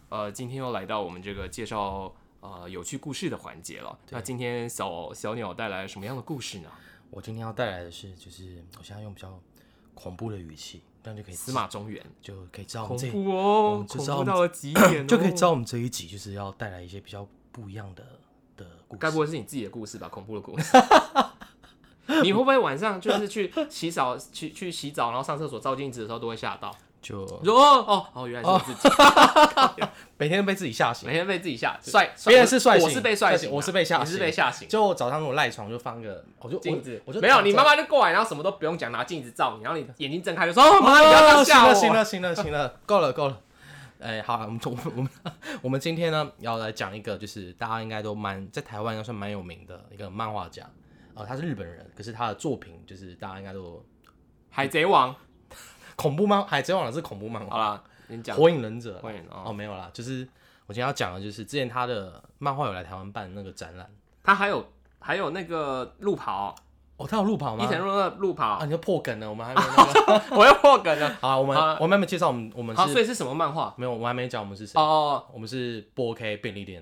今天又来到我们这个介绍有趣故事的环节了。那今天小鸟带来什么样的故事呢？ 我今天要带来的是，就是我现在用比较恐怖的语气，这样就可以司马中原就可以知道我们恐怖哦，恐怖到了极点哦， 就可以知道我们这一集就是要带来一些比较不一样的故事。 该不会是你自己的故事吧？恐怖的故事。你会不会晚上就是去洗澡，去洗澡，然后上厕所照镜子的时候都会吓到？ 就原来是我自己， 每天被自己吓醒， 每天被自己吓， 别人是帅醒， 我是被帅醒， 我是被吓醒， 你是被吓醒。 就我早上我赖床就放个， 镜子， 我就没有，你妈妈就过来，然后什么都不用讲，拿镜子照你，然后你眼睛睁开就说：“妈妈，你不要这样吓我。” 行了，够了。好，我们今天呢要来讲一个，就是大家应该都在台湾应该算蛮有名的一个漫画家，他是日本人，可是他的作品就是大家应该都海贼王。 恐怖漫，海贼王是恐怖漫画。 好啦，你讲火影忍者。没有啦，就是我今天要讲的，就是之前他的漫画有来台湾办那个展览， 他还有那个路跑。 他有路跑吗？ 伊藤润二路跑啊，你就破梗了，我们还没那个， 我要破梗了。 好，我们还没介绍我们是， 所以是什么漫画？ 没有，我还没讲我们是谁。我们是波 OK 便利店。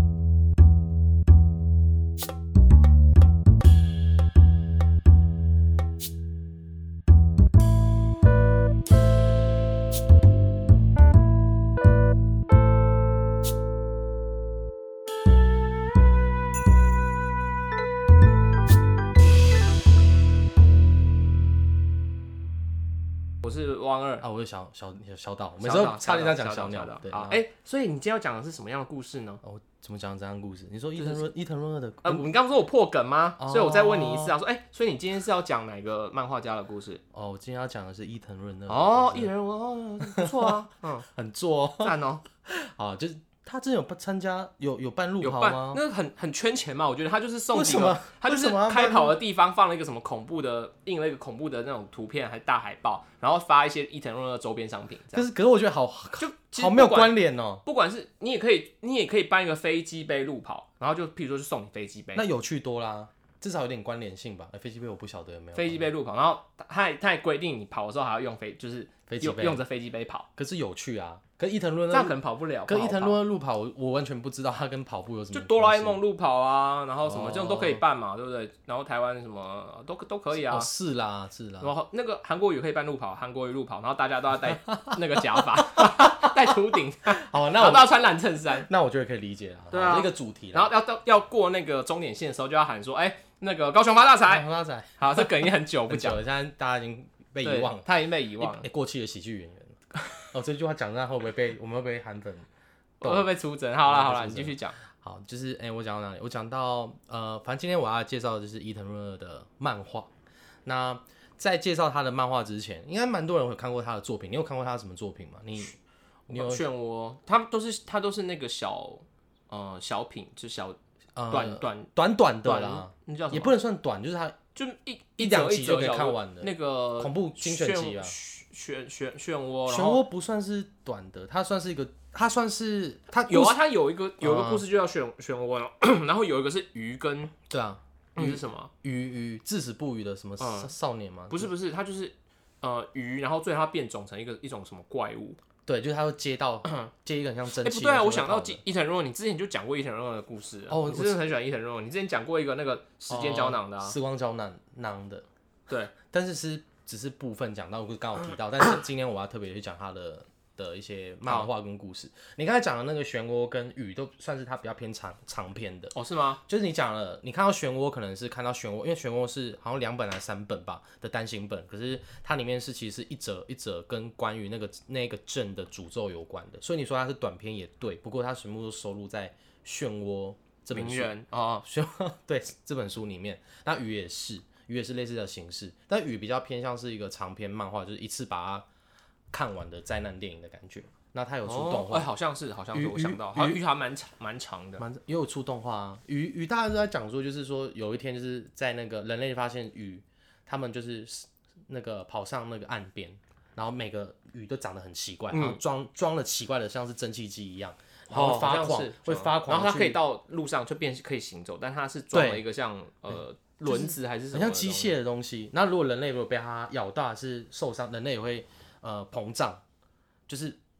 我是汪二啊，我是小岛，我每次差点要讲小鸟。对啊，所以你今天要讲的是什么样的故事呢？ 怎么讲这样的故事？你说伊藤润二的， 你刚说我破梗吗？所以我再问你一次啊，说所以你今天是要讲哪个漫画家的故事？ 我今天要讲的是伊藤润二。 伊藤润二不错啊， 很做赞哦。 就是他之前有参加有办路跑吗？ 那很圈钱嘛，我觉得他就是送几个， 他就是开跑的地方放了一个什么恐怖的，印了一个恐怖的那种图片，还大海报，然后发一些伊藤润二周边商品。可是我觉得好没有关联哦。 不管是你也可以办一个飞机杯路跑，然后就譬如说就送你飞机杯， 那有趣多啦。至少有点关联性吧。飞机杯我不晓得有没有。 飞机杯路跑，然后他也规定你跑的时候还要用就是飞机杯用着飞机杯跑。 可是有趣啊，跟伊藤润二这样可能跑不了。 跟伊藤润二路跑，我完全不知道他跟跑步有什么关系。 就哆啦 A 梦路跑啊，然后什么这种都可以办嘛，对不对？然后台湾什么都可以啊。 是啦。 然后那个韩国语可以办路跑，韩国语路跑，然后大家都要戴那个假发，戴秃顶。 好， 然后都要穿蓝衬衫。 那我觉得可以理解了。 对啊， 一个主题。 然后要过那个终点线的时候，就要喊说，那个高雄发大财，好，这梗已经很久不讲了， 现在大家已经被遗忘了， 他已经被遗忘了， 过气的喜剧演员。这句话讲这样会不会我们会不会韩粉？ 我会不会出征？好啦，你继续讲。 好，就是我讲到哪里？我讲到反正今天我要介绍的就是伊藤润二的漫画。那在介绍他的漫画之前，应该蛮多人会看过他的作品。你有看过他什么作品吗？你有漩涡？他都是那个小品，就小。 短的啦， 那叫什么？ 也不能算短，就是它就一两集就可以看完的。 那个恐怖精选集啊， 漩涡。 漩涡不算是短的，它算是一个，它有啊，它有一个故事就叫漩涡，然后有一个是鱼跟对啊， 鱼是什么？ 鱼至死不渝的什么少年吗？ 不是，它就是鱼，然后最后它变种成一种什么怪物。 对，就是他会接一个很像蒸汽。 不对啊，我想到伊藤润二，你之前就讲过伊藤润二的故事。你真的很喜欢伊藤润二。你之前讲过一个那个时间胶囊的时光胶囊的。 对， 但是只是部分讲到，我刚好提到，但是今天我要特别去讲他的一些漫画跟故事。你刚才讲的那个漩涡跟雨都算是他比较偏长篇的。 是吗？ 就是你讲了，你看到漩涡可能是看到漩涡，因为漩涡是好像2本还是3本吧的单行本，可是它里面其实是一则跟关于那个镇的诅咒有关的，所以你说它是短篇也对，不过它全部都收录在漩涡这本书对这本书里面。那雨也是类似的形式，但雨比较偏向是一个长篇漫画，就是一次把它看完的灾难电影的感觉。那它有出动画， 好像是，我想到，鱼还蛮长的， 也有出动画啊。鱼大家都在讲说，就是说有一天就是在那个人类发现鱼，他们就是那个跑上那个岸边，然后每个鱼都长得很奇怪，然后装了奇怪的像是蒸汽机一样，然后会发狂， 然后它可以到路上就可以行走，但它是装了一个像轮子还是什么， 很像机械的东西。那如果被它咬到是受伤，人类也会膨胀，就是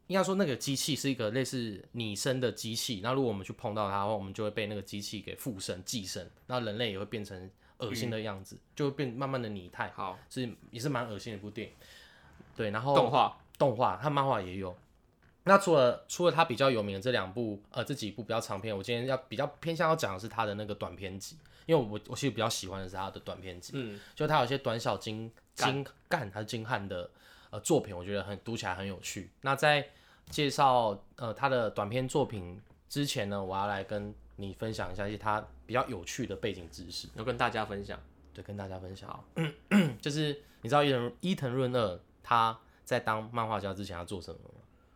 应该说那个机器是一个类似拟声的机器，那如果我们去碰到它的话，我们就会被那个机器给附身寄生，那人类也会变成恶心的样子，就会变慢慢的拟态。 好， 也是蛮恶心的一部电影。对，然后动画，它漫画也有。那除了它比较有名的这几部比较长篇，我今天比较偏向要讲的是它的那个短篇集，因为我其实比较喜欢的是它的短篇集，就它有一些短小精干还是精悍的作品，我觉得读起来很有趣。那在介绍它的短篇作品之前呢，我要来跟你分享一下一些它比较有趣的背景知识， 要跟大家分享。 对，跟大家分享。就是你知道伊藤润二他在当漫画家之前他做什么吗？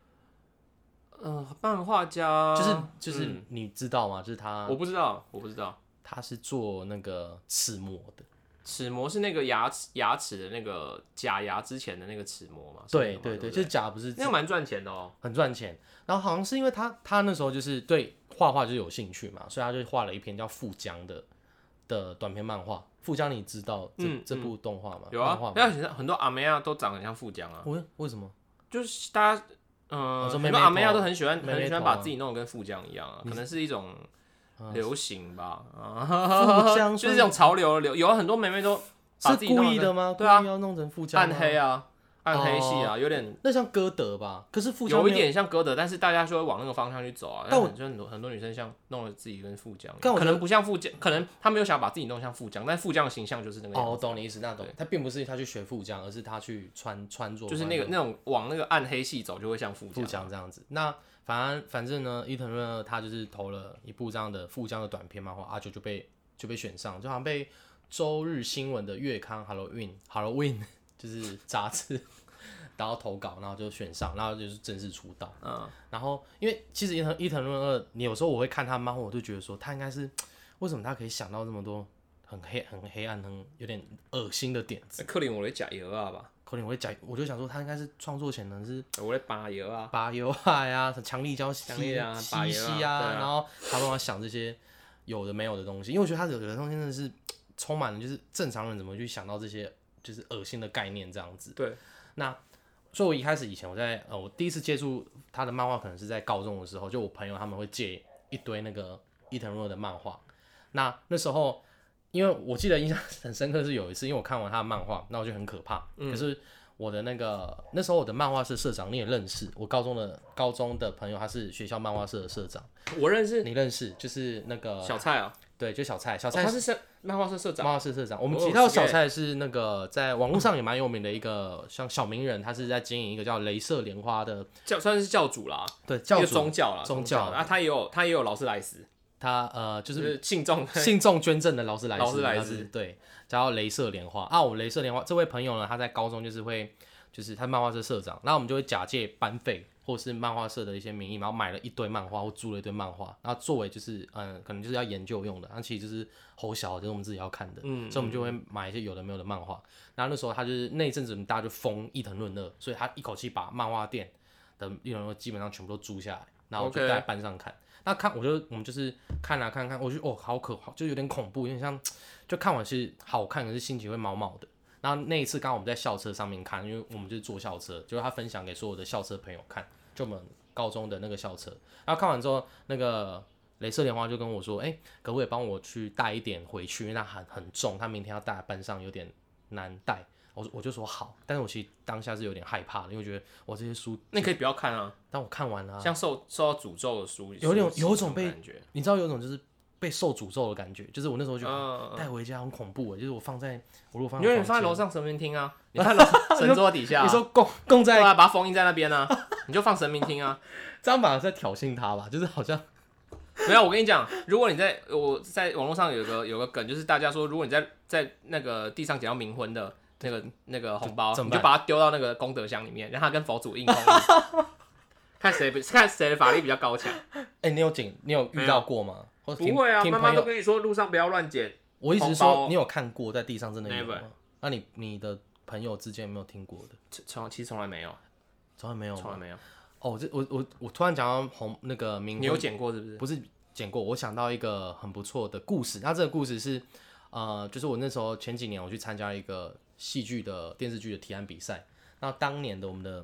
漫画家就是你知道吗？就是他， 我不知道， 他是做那个齿模的。 齿模是那个牙齿的那个假牙之前的那个齿模嘛？ 对， 对， 就是假不是那个蛮赚钱的哦， 很赚钱。然后好像是因为他那时候就是对画画就有兴趣嘛，所以他就画了一篇叫《富江》的短篇漫画。富江你知道这部动画吗？ 有啊，很多阿梅亚都长得很像富江啊。 为什么？ 就是大家很多阿梅亚都很喜欢把自己弄得跟富江一样啊，可能是一种流行吧， 富江就是这种潮流有很多妹妹都把自己弄是故意的吗？ 对啊， 故意要弄成富江暗黑啊，暗黑系啊，有点那像歌德吧？可是富江有一点像歌德，但是大家就会往那个方向去走啊。但很多女生像弄了自己跟富江，可能不像富江，可能她没有想把自己弄像富江，但富江的形象就是那个样子。 我懂你意思，那懂。他并不是他去学富江，而是他去穿着， 就是那种往那个暗黑系走，就会像富江这样子。那反正呢，伊藤润二他就是投了一部这样的富江的短篇漫画，阿九就被选上，就好像被周日新闻的月刊 Halloween 就是杂志。然后投稿，然后就选上，然后就是正式出道。然后因为其实伊藤润二，你有时候我会看他漫画，我就觉得说他应该是为什么他可以想到这么多很黑暗、有点恶心的点子。 克林我的假油啊吧， 我就想说他应该是创作潜能是我的拔油呀，强力胶吸啊，然后他帮我想这些有的没有的东西，因为我觉得他有的东西真的是充满了，就是正常人怎么去想到这些就是恶心的概念这样子。 对， 所以我一开始以前我第一次接触他的漫画，可能是在高中的时候，就我朋友他们会借一堆那个伊藤润二的漫画。那时候，因为我记得印象很深刻是有一次，因为我看完他的漫画，那我就很可怕。可是我的那时候我的漫画社社长你也认识，我高中的朋友他是学校漫画社的社长， 我认识， 你认识，就是那个小蔡啊。 对，就小蔡， 他是漫画社社长。 漫画社社长，我们提到小蔡是那个在网络上也蛮有名的一个像小名人，他是在经营一个叫雷射莲花的算是教主啦， 对，教主宗教啦， 宗教啊，他也有劳斯莱斯， 他就是信众捐赠的劳斯莱斯，对，叫雷射莲花啊。我雷射莲花这位朋友呢，他在高中就是他漫画社社长，然后我们就会假借班费或是漫画社的一些名义，然后买了一堆漫画或租了一堆漫画，然后作为就是可能就是要研究用的，那其实就是齁小，就是我们自己要看的，所以我们就会买一些有的没有的漫画。然后那时候他就是那一阵子大家就疯伊藤润二，所以他一口气把漫画店的伊藤润二基本上全部都租下来，然后我就在班上看。那我们就是看看，我觉得好可怕，就有点恐怖，有点像就看完是好看，可是心情会毛毛的。然后那一次刚好我们在校车上面看，因为我们就是坐校车，就是他分享给所有的校车朋友看，就我们高中的那个校车。然后看完之后，那个雷射莲花就跟我说：“可不可以帮我去带一点回去？因为它很重，他明天要带在班上有点难带。”我就说好，但是我其实当下是有点害怕的，因为我觉得我这些书， 那你可以不要看啊。 但我看完了像受到诅咒的书， 有一种被感觉， 你知道有一种就是被受诅咒的感觉，就是我那时候就带回家很恐怖，就是我如果放在你永远放在楼上神明厅啊，你看神桌底下， 你说供在， 对啊，把它封印在那边啊，你就放神明厅啊， 这样反而在挑衅他吧，就是好像没有。我跟你讲，如果我在网络上有个梗，就是大家说，如果你在那个地上捡到冥婚的那个红包，你就把它丢到那个功德箱里面，让它跟佛祖硬通看谁的法力比较高强。 你有遇到过吗？ 不会啊，妈妈都跟你说路上不要乱捡。 我一直说你有看过在地上真的有吗？那你的朋友之间有没有听过的？ 其实从来没有， 从来没有。 哦， 我突然讲到那个冥婚， 你有捡过是不是？ 不是捡过，我想到一个很不错的故事。那这个故事是就是我那时候前几年我去参加一个戏剧的电视剧的提案比赛。那当年的我们的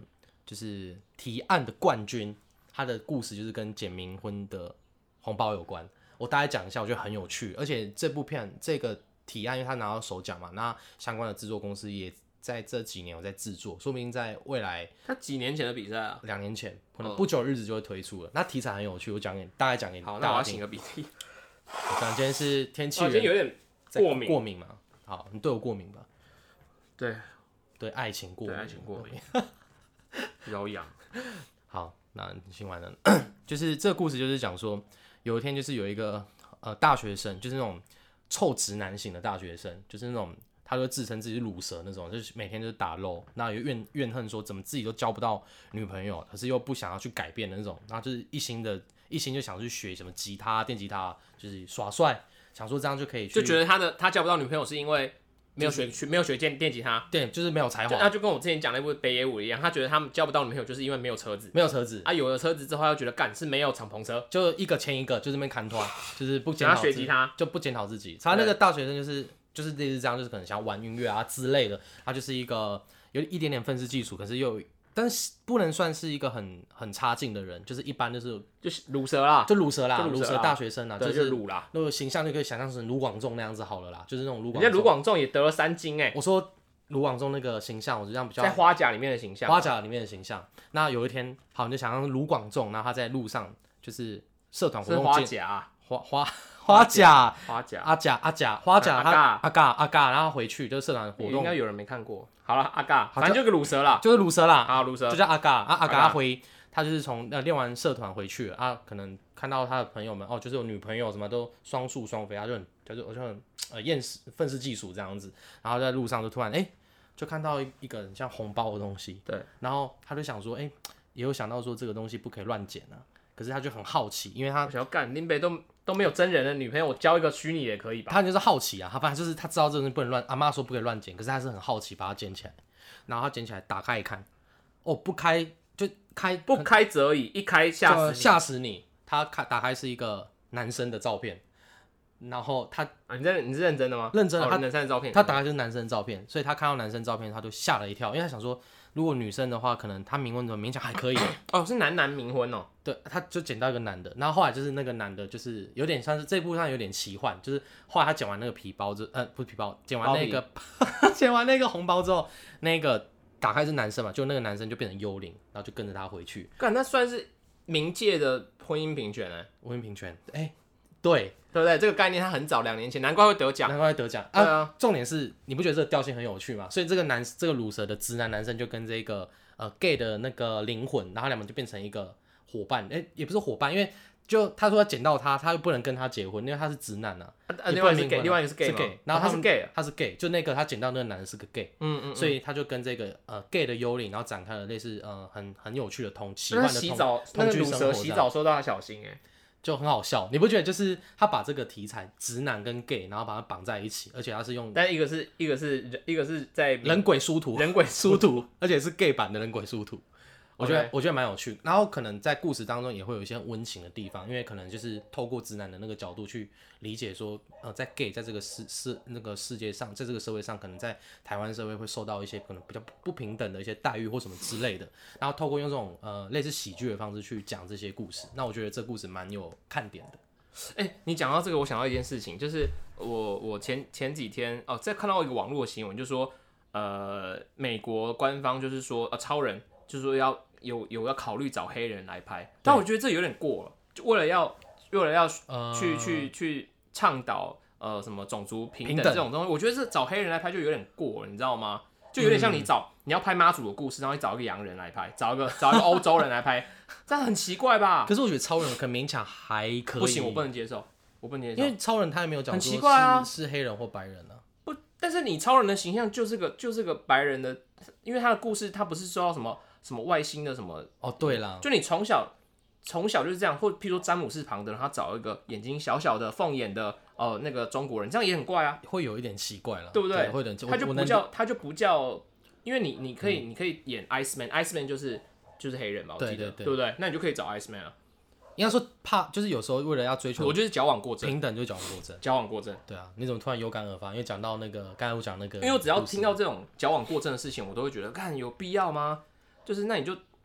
就是提案的冠军，他的故事就是跟捡冥婚的红包有关。我大概讲一下，我觉得很有趣，而且这部片这个提案，因为他拿到首奖嘛，那相关的制作公司也在这几年有在制作，说明在未来他几年前的比赛啊 ，2年前，可能不久日子就会推出了。那题材很有趣，我大概讲给大家听。 好，那我要擤个鼻涕。 我今天是天气人， 今天有点过敏嘛？好，你对我过敏吧？对，爱情过敏， 对爱情过敏，瘙痒。 好，那你听完了，就是这个故事就是讲说，有一天就是有一个大学生，就是那种臭直男型的大学生，就是那种他就自称自己是乳蛇那种，就是每天就是打漏，那有怨恨说怎么自己都交不到女朋友，可是又不想要去改变的那种，然后就是一心就想去学什么吉他、电吉他，就是耍帅，想说这样就可以去， 就觉得他交不到女朋友是因为没有学电吉他， 对，就是没有才华。 那就跟我之前讲那部北野武一样，他觉得他们交不到女朋友就是因为没有车子，啊，有了车子之后，他就觉得干是没有敞篷车， 就一个牵一个，就这边砍团，就是不检讨学吉他， 就不检讨自己。他那个大学生就是类似这样，就是可能想要玩音乐啊之类的，他就是一个有一点点愤世嫉俗，可是但是不能算是一个很差劲的人，就是一般就是鲁蛇啦， 就鲁蛇大学生啦， 就是鲁啦， 那个形象就可以想象成卢广仲那样子好了啦，就是那种卢广仲。 人家卢广仲也得了3金哎， 我说卢广仲那个形象，我就这样比较在花甲里面的形象， 那有一天，好，你就想象卢广仲，然后他在路上就是社团活动， 花甲， 花甲， 花甲， 阿甲，花甲，阿嘎，然后回去就是社团活动， 应该有人没看过。好了，阿嘎，反正就个鲁蛇啦， 就是鲁蛇啦， 好，鲁蛇就叫阿嘎，阿嘎回，他就是从练完社团回去啊，可能看到他的朋友们哦，就是有女朋友什么都双宿双飞，他就很厌世愤世嫉俗这样子，然后在路上就突然就看到一个很像红包的东西， 对， 然后他就想说也有想到说这个东西不可以乱捡啊，可是他就很好奇，因为他想要干林北都没有真人的女朋友，我交一个虚拟也可以吧？ 他就是好奇啊，他反正就是他知道这个东西不能乱，阿妈说不可以乱捡，可是他是很好奇把它捡起来，然后他捡起来打开一看，不开就开， 不开则已，一开吓死你。他打开是一个男生的照片，然后你是认真的吗？ 认真的， 男生的照片， 他打开就是男生的照片，所以他看到男生照片他就吓了一跳，因为他想说如果女生的话，可能他冥婚怎么勉强还可以是男冥婚哦。 对，他就捡到一个男的，然后后来就是那个男的，就是有点像是这部上有点奇幻，就是后来他捡完那个皮包不是皮包，捡完那个捡完那个红包之后，那个打开是男生嘛，就那个男生就变成幽灵，然后就跟着他回去。 干，那算是冥界的婚姻平权婚姻平权，对不对？这个概念他很早2年前，难怪会得奖。 对啊，重点是你不觉得这个调性很有趣吗？所以这个乳蛇的直男男生就跟这个gay 的那个灵魂，然后两个就变成一个伙伴，也不是伙伴，因为就他说他捡到他又不能跟他结婚，因为他是直男啊。 另外一个是 gay， 然后他是 gay， 他是 gay， 就那个他捡到那个男的是个 gay，所以他就跟这个gay 的幽灵，然后展开了类似很有趣的奇幻的洗澡，那个乳蛇洗澡收到他小心就很好笑，你不觉得？就是他把这个题材直男跟 gay， 然后把它绑在一起，而且他是用， 但一个是在人鬼殊途，而且是 gay 版的人鬼殊途。我觉得蛮有趣，然后可能在故事当中也会有一些温情的地方，因为可能就是透过直男的那个角度去理解说，在 gay 在这个那个世界上，在这个社会上，可能在台湾社会会受到一些可能比较不平等的一些待遇或什么之类的，然后透过用这种类似喜剧的方式去讲这些故事，那我觉得这故事蛮有看点的。 你讲到这个，我想到一件事情，就是我前几天在看到一个网络的新闻，就说美国官方就是说超人就是说有要考虑找黑人来拍，但我觉得这有点过了，就为了要去倡导什么种族平等这种东西，我觉得这找黑人来拍就有点过了，你知道吗？就有点像你要拍妈祖的故事，然后你找一个洋人来拍，找一个欧洲人来拍，这样很奇怪吧？ 可是我觉得超人可勉强还可以， 不行，我不能接受，因为超人他也没有讲很奇怪啊， 是黑人或白人啊。 不，但是你超人的形象就是个白人的，因为他的故事他不是说到什么外星的什么对啦， 就你从小就是这样，或譬如说詹姆士庞德，他找一个眼睛小小的凤眼的那个中国人，这样也很怪啊， 会有一点奇怪了， 对不对？ 会有点， 他就不叫，因为你可以演 Iceman 就是黑人嘛，我记得对不对？那你就可以找 Iceman 啊。 应该说就是有时候为了要追求， 我觉得是矫枉过正， 平等就是矫枉过正，对啊，你怎么突然有感而发？因为讲到那个刚才我讲那个， 因为我只要听到这种矫枉过正的事情，我都会觉得，看有必要吗？就是那你就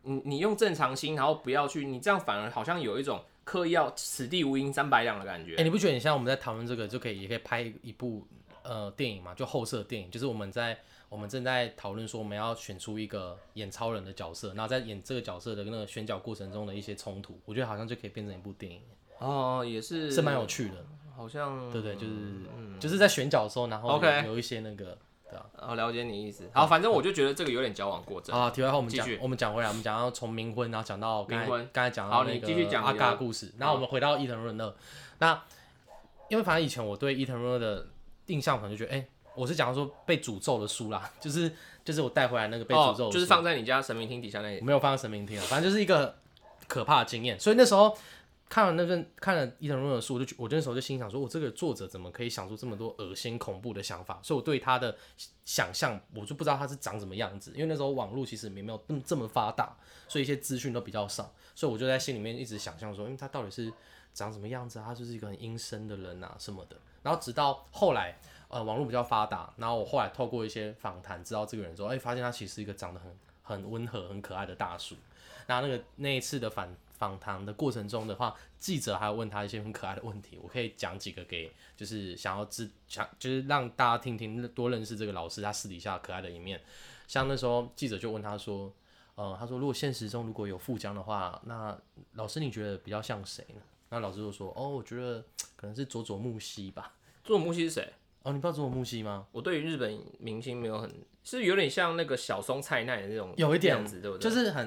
你用正常心，然后不要去，你这样反而好像有一种刻意要此地无银三百两的感觉。 你不觉得你现在我们在讨论这个也可以拍一部电影嘛？就后设电影，就是我们正在讨论说我们要选出一个演超人的角色，然后在演这个角色的那个选角过程中的一些冲突，我觉得好像就可以变成一部电影。 也是蛮有趣的， 好像对，就是在选角的时候，然后有一些那个。 了解你意思。好，反正我就觉得这个有点矫枉过正。 题外话，我们讲回来，我们讲到从冥婚，然后讲到刚才讲到那个阿嘎故事，然后我们回到伊藤润二。那因为反正以前我对伊藤润二的印象可能就觉得，我是讲说被诅咒的书啦，就是我带回来那个被诅咒的书， 就是放在你家神明厅底下那里。 我没有放在神明厅，反正就是一个可怕的经验。所以那时候看了伊藤润二的书，我那时候就心想说，我这个作者怎么可以想出这么多恶心恐怖的想法？所以我对他的想象，我就不知道他是长什么样子，因为那时候网络其实也没有这么发达，所以一些资讯都比较少，所以我就在心里面一直想象说，他到底是长什么样子啊？他就是一个很阴森的人啊什么的。然后直到后来，网络比较发达，然后我后来透过一些访谈知道这个人之后，发现他其实是一个长得很温和、很可爱的大叔。然后那一次的访谈的过程中的话，记者还有问他一些很可爱的问题，我可以讲几个给就是就是让大家听听，多认识这个老师他私底下可爱的一面。像那时候记者就问他说，他说如果现实中如果有富江的话，那老师你觉得比较像谁呢？那老师就说，我觉得可能是佐佐木希吧。 佐佐木希是谁？ 你不知道佐佐木希吗？ 我对于日本明星没有是有点像那个小松菜奈的那种， 有一点样子，对不对？ 就是很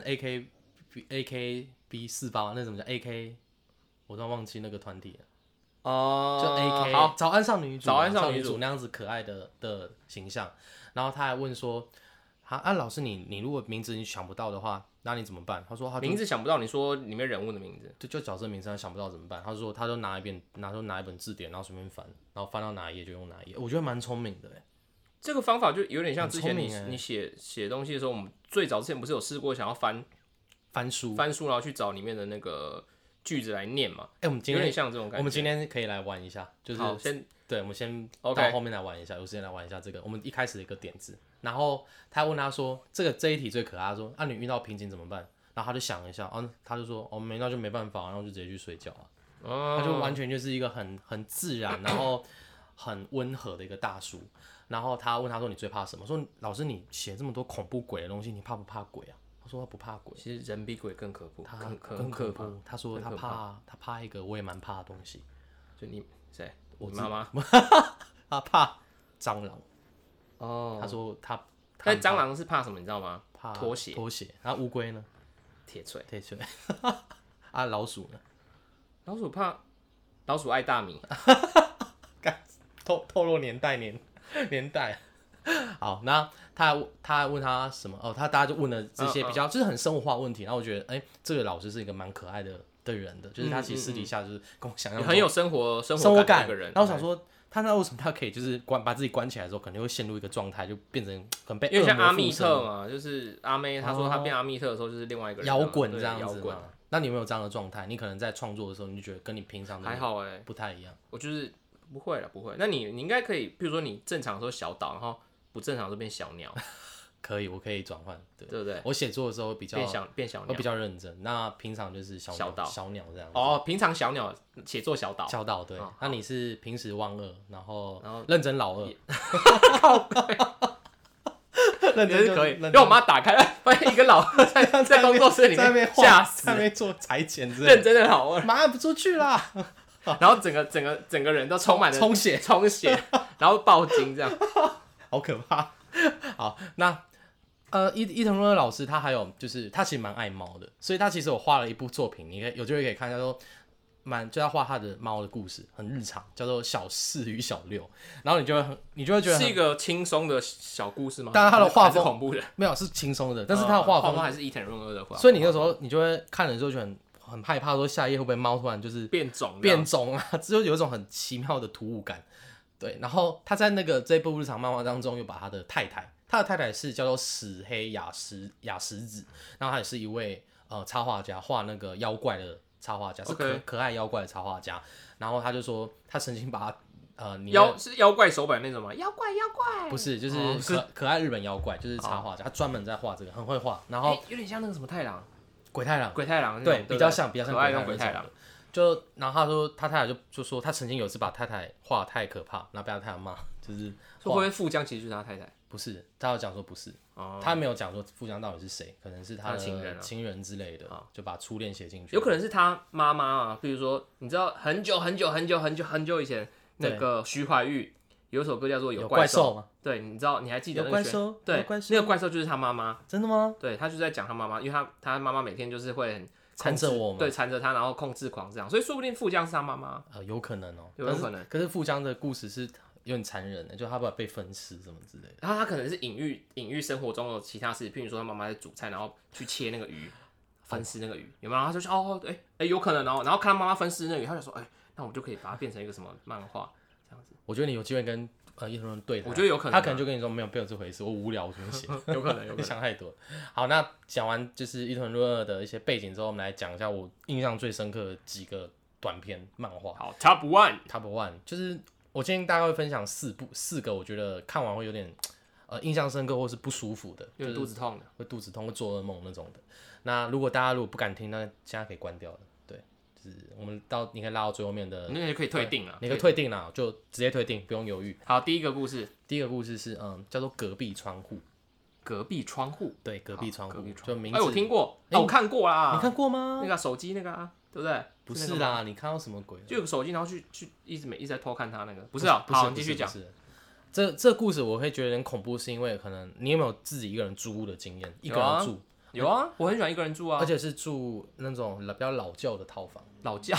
AKB48那怎么叫 AK？ 我都忘记那个团体了。就 AK 好， 早安少女组， 早安少女组那样子可爱的形象。然后他还问说，老师你如果名字你想不到的话，那你怎么办？他说名字想不到，你说里面人物的名字， 就角色名称想不到怎么办？他说他就拿一本字典，然后随便翻，然后翻到哪一页就用哪一页。我觉得蛮聪明的。 这个方法就有点像之前你写东西的时候，我们最早之前不是有试过想要翻书，然后去找里面的那个句子来念嘛？ 我们今天有点像这种感觉。 我们今天可以来玩一下，就是好我们先到后面来玩一下，有时间来玩一下这个。我们一开始的一个点子，然后他问他说，这一题最可爱，他说你遇到瓶颈怎么办？然后他就想了一下，他就说那就没办法，然后就直接去睡觉他就完全就是一个很自然，然后很温和的一个大叔。然后他问他说你最怕什么？说老师你写这么多恐怖鬼的东西，你怕不怕鬼啊？他说他不怕鬼。 其实人比鬼更可怖， 更可怕。他说他怕一个我也蛮怕的东西。 就你谁？我妈妈。 他怕蟑螂。他说但蟑螂是怕什么？你知道吗？ 怕拖鞋。 然后乌龟呢？ 铁锤。 老鼠呢？ 老鼠爱大米。 透露年代。好，那他问他什么？大家就问了这些比较就是很生活化问题。然后我觉得，这个老师是一个蛮可爱的人的，就是他其实私底下就是跟我想象很有生活感的一个人。 然后我想说，他为什么他可以就是把自己关起来的时候，肯定会陷入一个状态，就变成很被因为像阿密特嘛，就是阿妹，她说她变阿密特的时候就是另外一个人摇滚这样子嘛。那你有没有这样的状态？你可能在创作的时候，你就觉得跟你平常的还好不太一样。 我就是不会。那你应该可以，比如说你正常的时候小岛，然后不正常的时候变小鸟。 可以，我可以转换，对不对？ 我写作的时候比较变小鸟， 我比较认真。那平常就是小鸟这样子。平常小鸟写作小岛对。那你是平时忘二，然后认真老二。 认真是可以，因为我妈打开发现一个老二在工作室里面吓死， 在那边做裁剪之类的。 认真的老二， 妈不出去啦。 然后整个人都充满了充血， 然后爆精这样， 好可怕。好，那伊藤润二老师他还有就是他其实蛮爱猫的，所以他其实有画了一部作品，你有机会可以看，叫做就要画他的猫的故事，很日常，叫做《小4与小6》，然后你就会觉得是一个轻松的小故事吗？ 当然他的画风恐怖的， 没有是轻松的，但是他的画风还是伊藤润二的画， 所以你那时候你就会看了之后就很害怕，说下一页会不会猫突然就是变种啊，就有一种很奇妙的突兀感。对，然后他在这部日常漫画当中又把他的太太是叫做死黑雅石子，然后他也是一位插画家，画那个妖怪的插画家，是可爱妖怪的插画家。然后他就说他曾经把他是妖怪手板那种吗？妖怪不是，就是可爱日本妖怪，就是插画家，他专门在画这个，很会画。然后有点像那个什么太郎， 鬼太郎， 对， 比较像可爱鬼太郎。 然后他说他太太就说他曾经有一次把太太画得太可怕，然后被他太太骂，就是会不会富江其实就是他太太？ 不是，他有讲说不是，他没有讲说富江到底是谁，可能是他的情人之类的，就把初恋写进去。 有可能是他妈妈啊，比如说你知道很久以前那个徐怀钰有一首歌叫做《有怪兽》吗？对，你知道你还记得那个怪兽？ 对，那个怪兽就是他妈妈。 真的吗？ 对，他就在讲他妈妈，因为他妈妈每天就是会很缠着我们， 对，缠着他，然后控制狂这样，所以说不定富江是他妈妈。 有可能哦， 有可能。 可是富江的故事是有点残忍的，就他被分尸什么之类的。 然后他可能是隐喻生活中的其他事，譬如说他妈妈在煮菜，然后去切那个鱼，分尸那个鱼，有没有？然后他就说有可能哦，然后看他妈妈分尸那个鱼，他就说那我就可以把它变成一个什么漫画这样子。 我觉得你有机会跟伊藤润对谈， 我觉得有可能， 他可能就跟你说没有这回事，我无聊，我这么写， 有可能， 你想太多。好，那讲完就是伊藤润的一些背景之后，我们来讲一下我印象最深刻的几个短篇漫画。 好 ，Top One， 就是我今天大概会分享四个，我觉得看完会有点印象深刻或是不舒服的， 有点肚子痛的， 会肚子痛会做噩梦那种的。那大家如果不敢听，那现在可以关掉了。我们你可以拉到最后面的， 那就可以退订了。 你可以退订了，就直接退订，不用犹豫。 好，第一个故事是叫做隔壁窗户。 隔壁窗户， 对，隔壁窗户，就名字。 我听过，我看过啦。 你看过吗？ 那个手机那个啊，对不对？ 不是啦，你看到什么鬼？ 就有个手机，然后去一直在偷看他那个，不是啊。好，继续讲。 这故事我会觉得有点恐怖，是因为可能你有没有自己一个人租屋的经验？一个人住。 有啊，我很喜欢一个人住啊， 而且是住那种比较老旧的套房。 老旧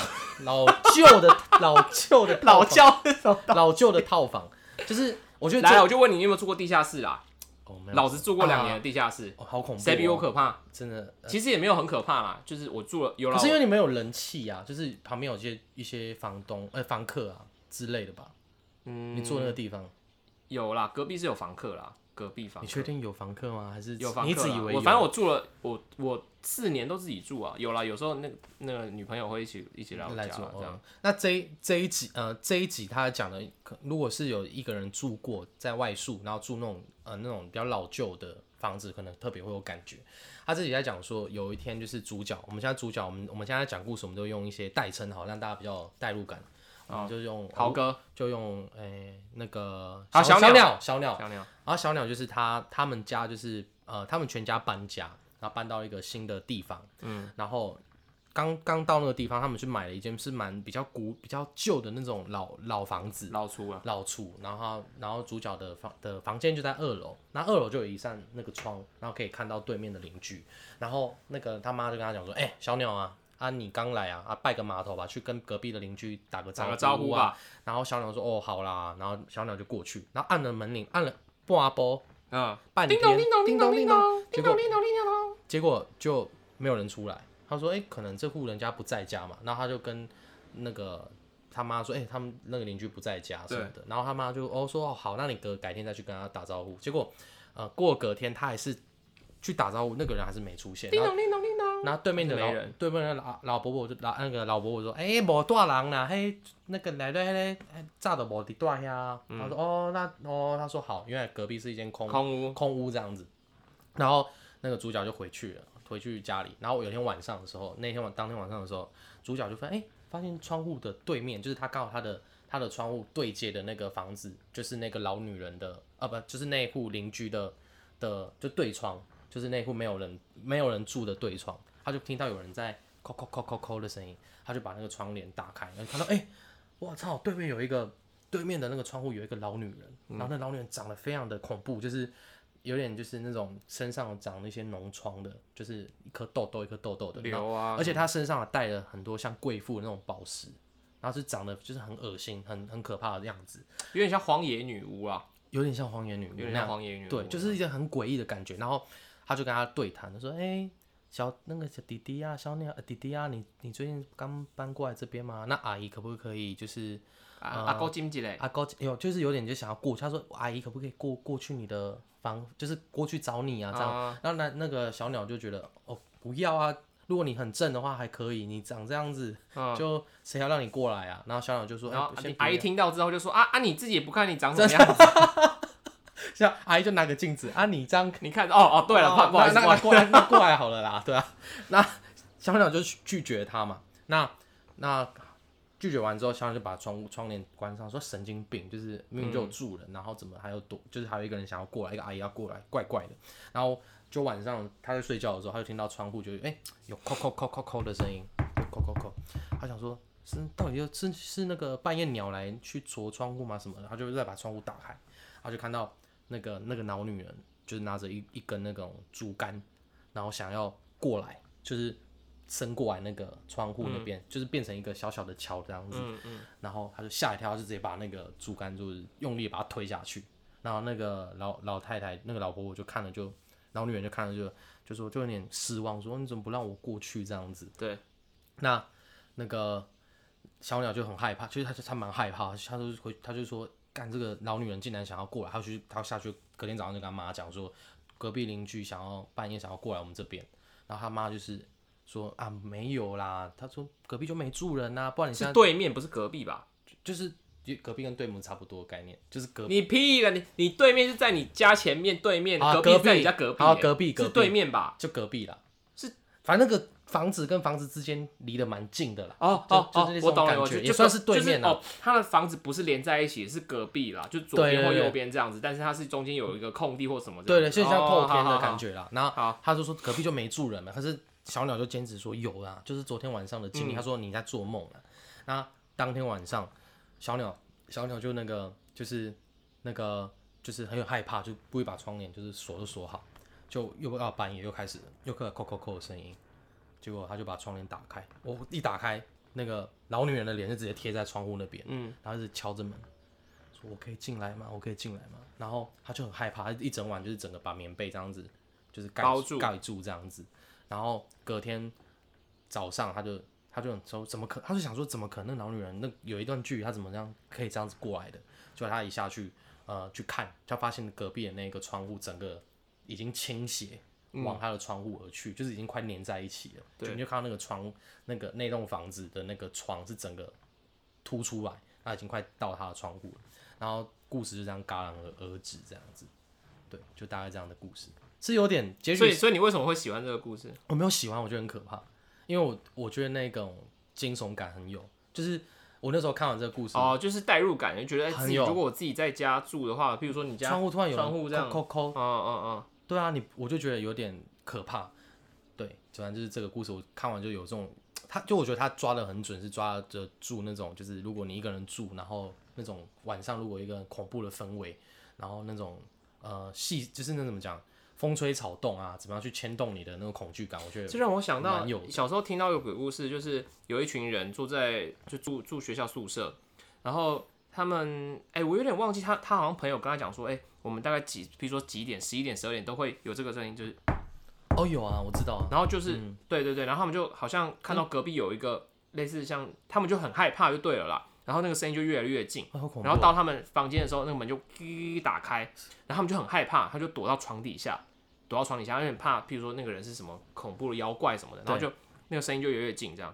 的套房，就是我觉得来，我就问你有没有住过地下室啦？老子住过2年的地下室， 好恐怖， 谁比我可怕？ 真的， 其实也没有很可怕啦，就是我住了有。 可是因为你没有人气啊，就是旁边有一些房客啊之类的吧？你住那个地方有啦，隔壁是有房客啦。隔壁房客， 你确定有房客吗？还是有房客？ 你只以为有？ 反正我住了，我4年都自己住啊。有啦，有时候那个女朋友会一起来我家这样。 那这一集他讲的，如果是有一个人住过在外宿，然后住那种比较老旧的房子，可能特别会有感觉。他自己在讲说，有一天就是主角，我们现在在讲故事，我们都用一些代称好，让大家比较有代入感。就用豪哥， 就用那个小鸟， 然后小鸟就是他们家就是他们全家搬家，然后搬到一个新的地方，然后刚到那个地方，他们去买了一间是比较旧的那种老房子， 老厝， 然后主角的房间就在2楼，那2楼就有一扇那个窗，然后可以看到对面的邻居，然后那个他妈就跟他讲说，小鸟啊，你刚来啊，拜个码头吧，去跟隔壁的邻居打个招呼啊。然后小鸟说：“哦，好啦。”然后小鸟就过去，然后按了门铃，按了半波，半天，叮咚，结果就没有人出来。他说：“可能这户人家不在家嘛。”然后他就跟那个他妈说：“他们那个邻居不在家什么的。”然后他妈就说：“好，那你改天再去跟他打招呼。”结果过隔天他还是去打招呼，那个人还是没出现。 叮咚。 然后对面的老伯伯就那个老伯伯说：“无带人啦，那个来的早都无伫带遐。”他说：“他说好，原来隔壁是一间空屋这样子。”然后那个主角就回去家里。然后有一天晚上的时候，当天晚上的时候，主角就发现窗户的对面，就是他刚好他的窗户对接的那个房子，就是那个老女人的就是那一户邻居的就对窗。就是那户没有人住的对窗，他就听到有人在扣的声音，他就把那个窗帘打开，然后看到我操，对面的那个窗户有一个老女人，然后那老女人长得非常的恐怖，就是有点就是那种身上长那些脓疮的，就是一颗痘痘的瘤啊， 而且她身上带了很多像贵妇的那种宝石，然后是长得就是很恶心、很可怕的样子， 有点像荒野女巫啊， 有点像荒野女巫，对，就是一件很诡异的感觉，然后。他就跟他对谈，他说：“小弟弟啊，小鸟弟弟啊，你最近刚搬过来这边吗？那阿姨可不可以就是阿哥金吉嘞？ 阿哥就是有点就想要过去。他说阿姨可不可以过去你的房，就是过去找你啊这样。然后那个小鸟就觉得不要啊， 如果你很正的话还可以，你长这样子，就谁要让你过来啊？然后小鸟就说， 然后阿姨听到之后就说你自己也不看你长什么样子， 像阿姨就拿个镜子你这样， 你看对了，不好意思， 那过来好了啦，对啊，那小鸟就拒绝他嘛，那拒绝完之后，小鸟就把窗帘关上，说神经病，就是明明就有住人，然后怎么还有就是还有一个人想要过来，一个阿姨要过来，怪怪的，然后。就晚上他在睡觉的时候，他就听到窗户有扣的声音，扣，他想说到底是那个半夜鸟来去啄窗户吗什么的，他就再把窗户打开，他就看到那个老女人就是拿着一根那种竹竿，然后想要过来，就是伸过来那个窗户那边，就是变成一个小小的桥这样子，然后他就吓一跳，他就直接把那个竹竿就是用力把它推下去，然后那个老太太那个老婆婆就看了就。老女人就看了就说就有点失望，说你怎么不让我过去这样子？ 对， 那个小鸟就很害怕，其实他蛮害怕，他就说干这个老女人竟然想要过来，他下去隔天早上就跟他妈讲说隔壁邻居半夜想要过来我们这边，然后他妈就是说没有啦，他说隔壁就没住人啊，不然你是对面不是隔壁吧？ 就是隔壁跟对门差不多的概念，就是隔壁。 你屁了！你对面是在你家前面对面，隔壁在你家隔壁。 隔壁是对面吧？ 就隔壁啦。 是， 反正那个房子跟房子之间离得蛮近的啦。 我懂了， 也算是对面啦。 他的房子不是连在一起，是隔壁啦，就左边或右边这样子，但是它是中间有一个空地或什么。 对，就像透天的感觉啦。然后他就说隔壁就没住人嘛，可是小鸟就坚持说有啦，就是昨天晚上的经历。他说你在做梦啦。那当天晚上，小鸟就就是很有害怕，就故意把窗帘就是锁好，就又到半夜又开始扣的声音，结果他就把窗帘打开，我一打开，那个老女人的脸就直接贴在窗户那边，然后一直敲着门，说我可以进来吗？然后他就很害怕，他一整晚就是整个把棉被这样子就是盖住这样子，然后隔天早上他就说怎么可？他就想说怎么可能？那老女人那有一段距离，她怎么可以这样子过来的？结果他一下去去看，他发现隔壁的那个窗户整个已经倾斜往他的窗户而去，就是已经快粘在一起了。对，你就看到那个那栋房子的那个窗是整个凸出来，他已经快到他的窗户了。然后故事就这样戛然而止，这样子。对，就大概这样的故事，是有点结局。 所以你为什么会喜欢这个故事？ 我没有喜欢，我觉得很可怕。因为我觉得那种惊悚感很有，就是我那时候看完这个故事， 就是代入感，就觉得自己如果我自己在家住的话，比如说你家窗户突然有窗户这样抠，对啊，我就觉得有点可怕，对，反正就是这个故事我看完就有这种，我觉得他抓得很准，是抓着住那种，就是如果你一个人住，然后那种晚上如果一个恐怖的氛围，然后那种就是那怎么讲？风吹草动啊，怎么样去牵动你的那个恐惧感？我觉得这让我想到小时候听到有鬼故事，就是有一群人住学校宿舍，然后他们我有点忘记他好像朋友跟他讲说，我们大概比如说几点，11点、12点都会有这个声音，就是有啊，我知道啊。 然后就是对，然后他们就好像看到隔壁有一个类似像，他们就很害怕就对了啦。然后那个声音就越来越近，然后到他们房间的时候，那个门就打开，然后他们就很害怕，他就躲到床底下，有点怕，譬如说那个人是什么恐怖的妖怪什么的，然后就那个声音就越来越近，这样，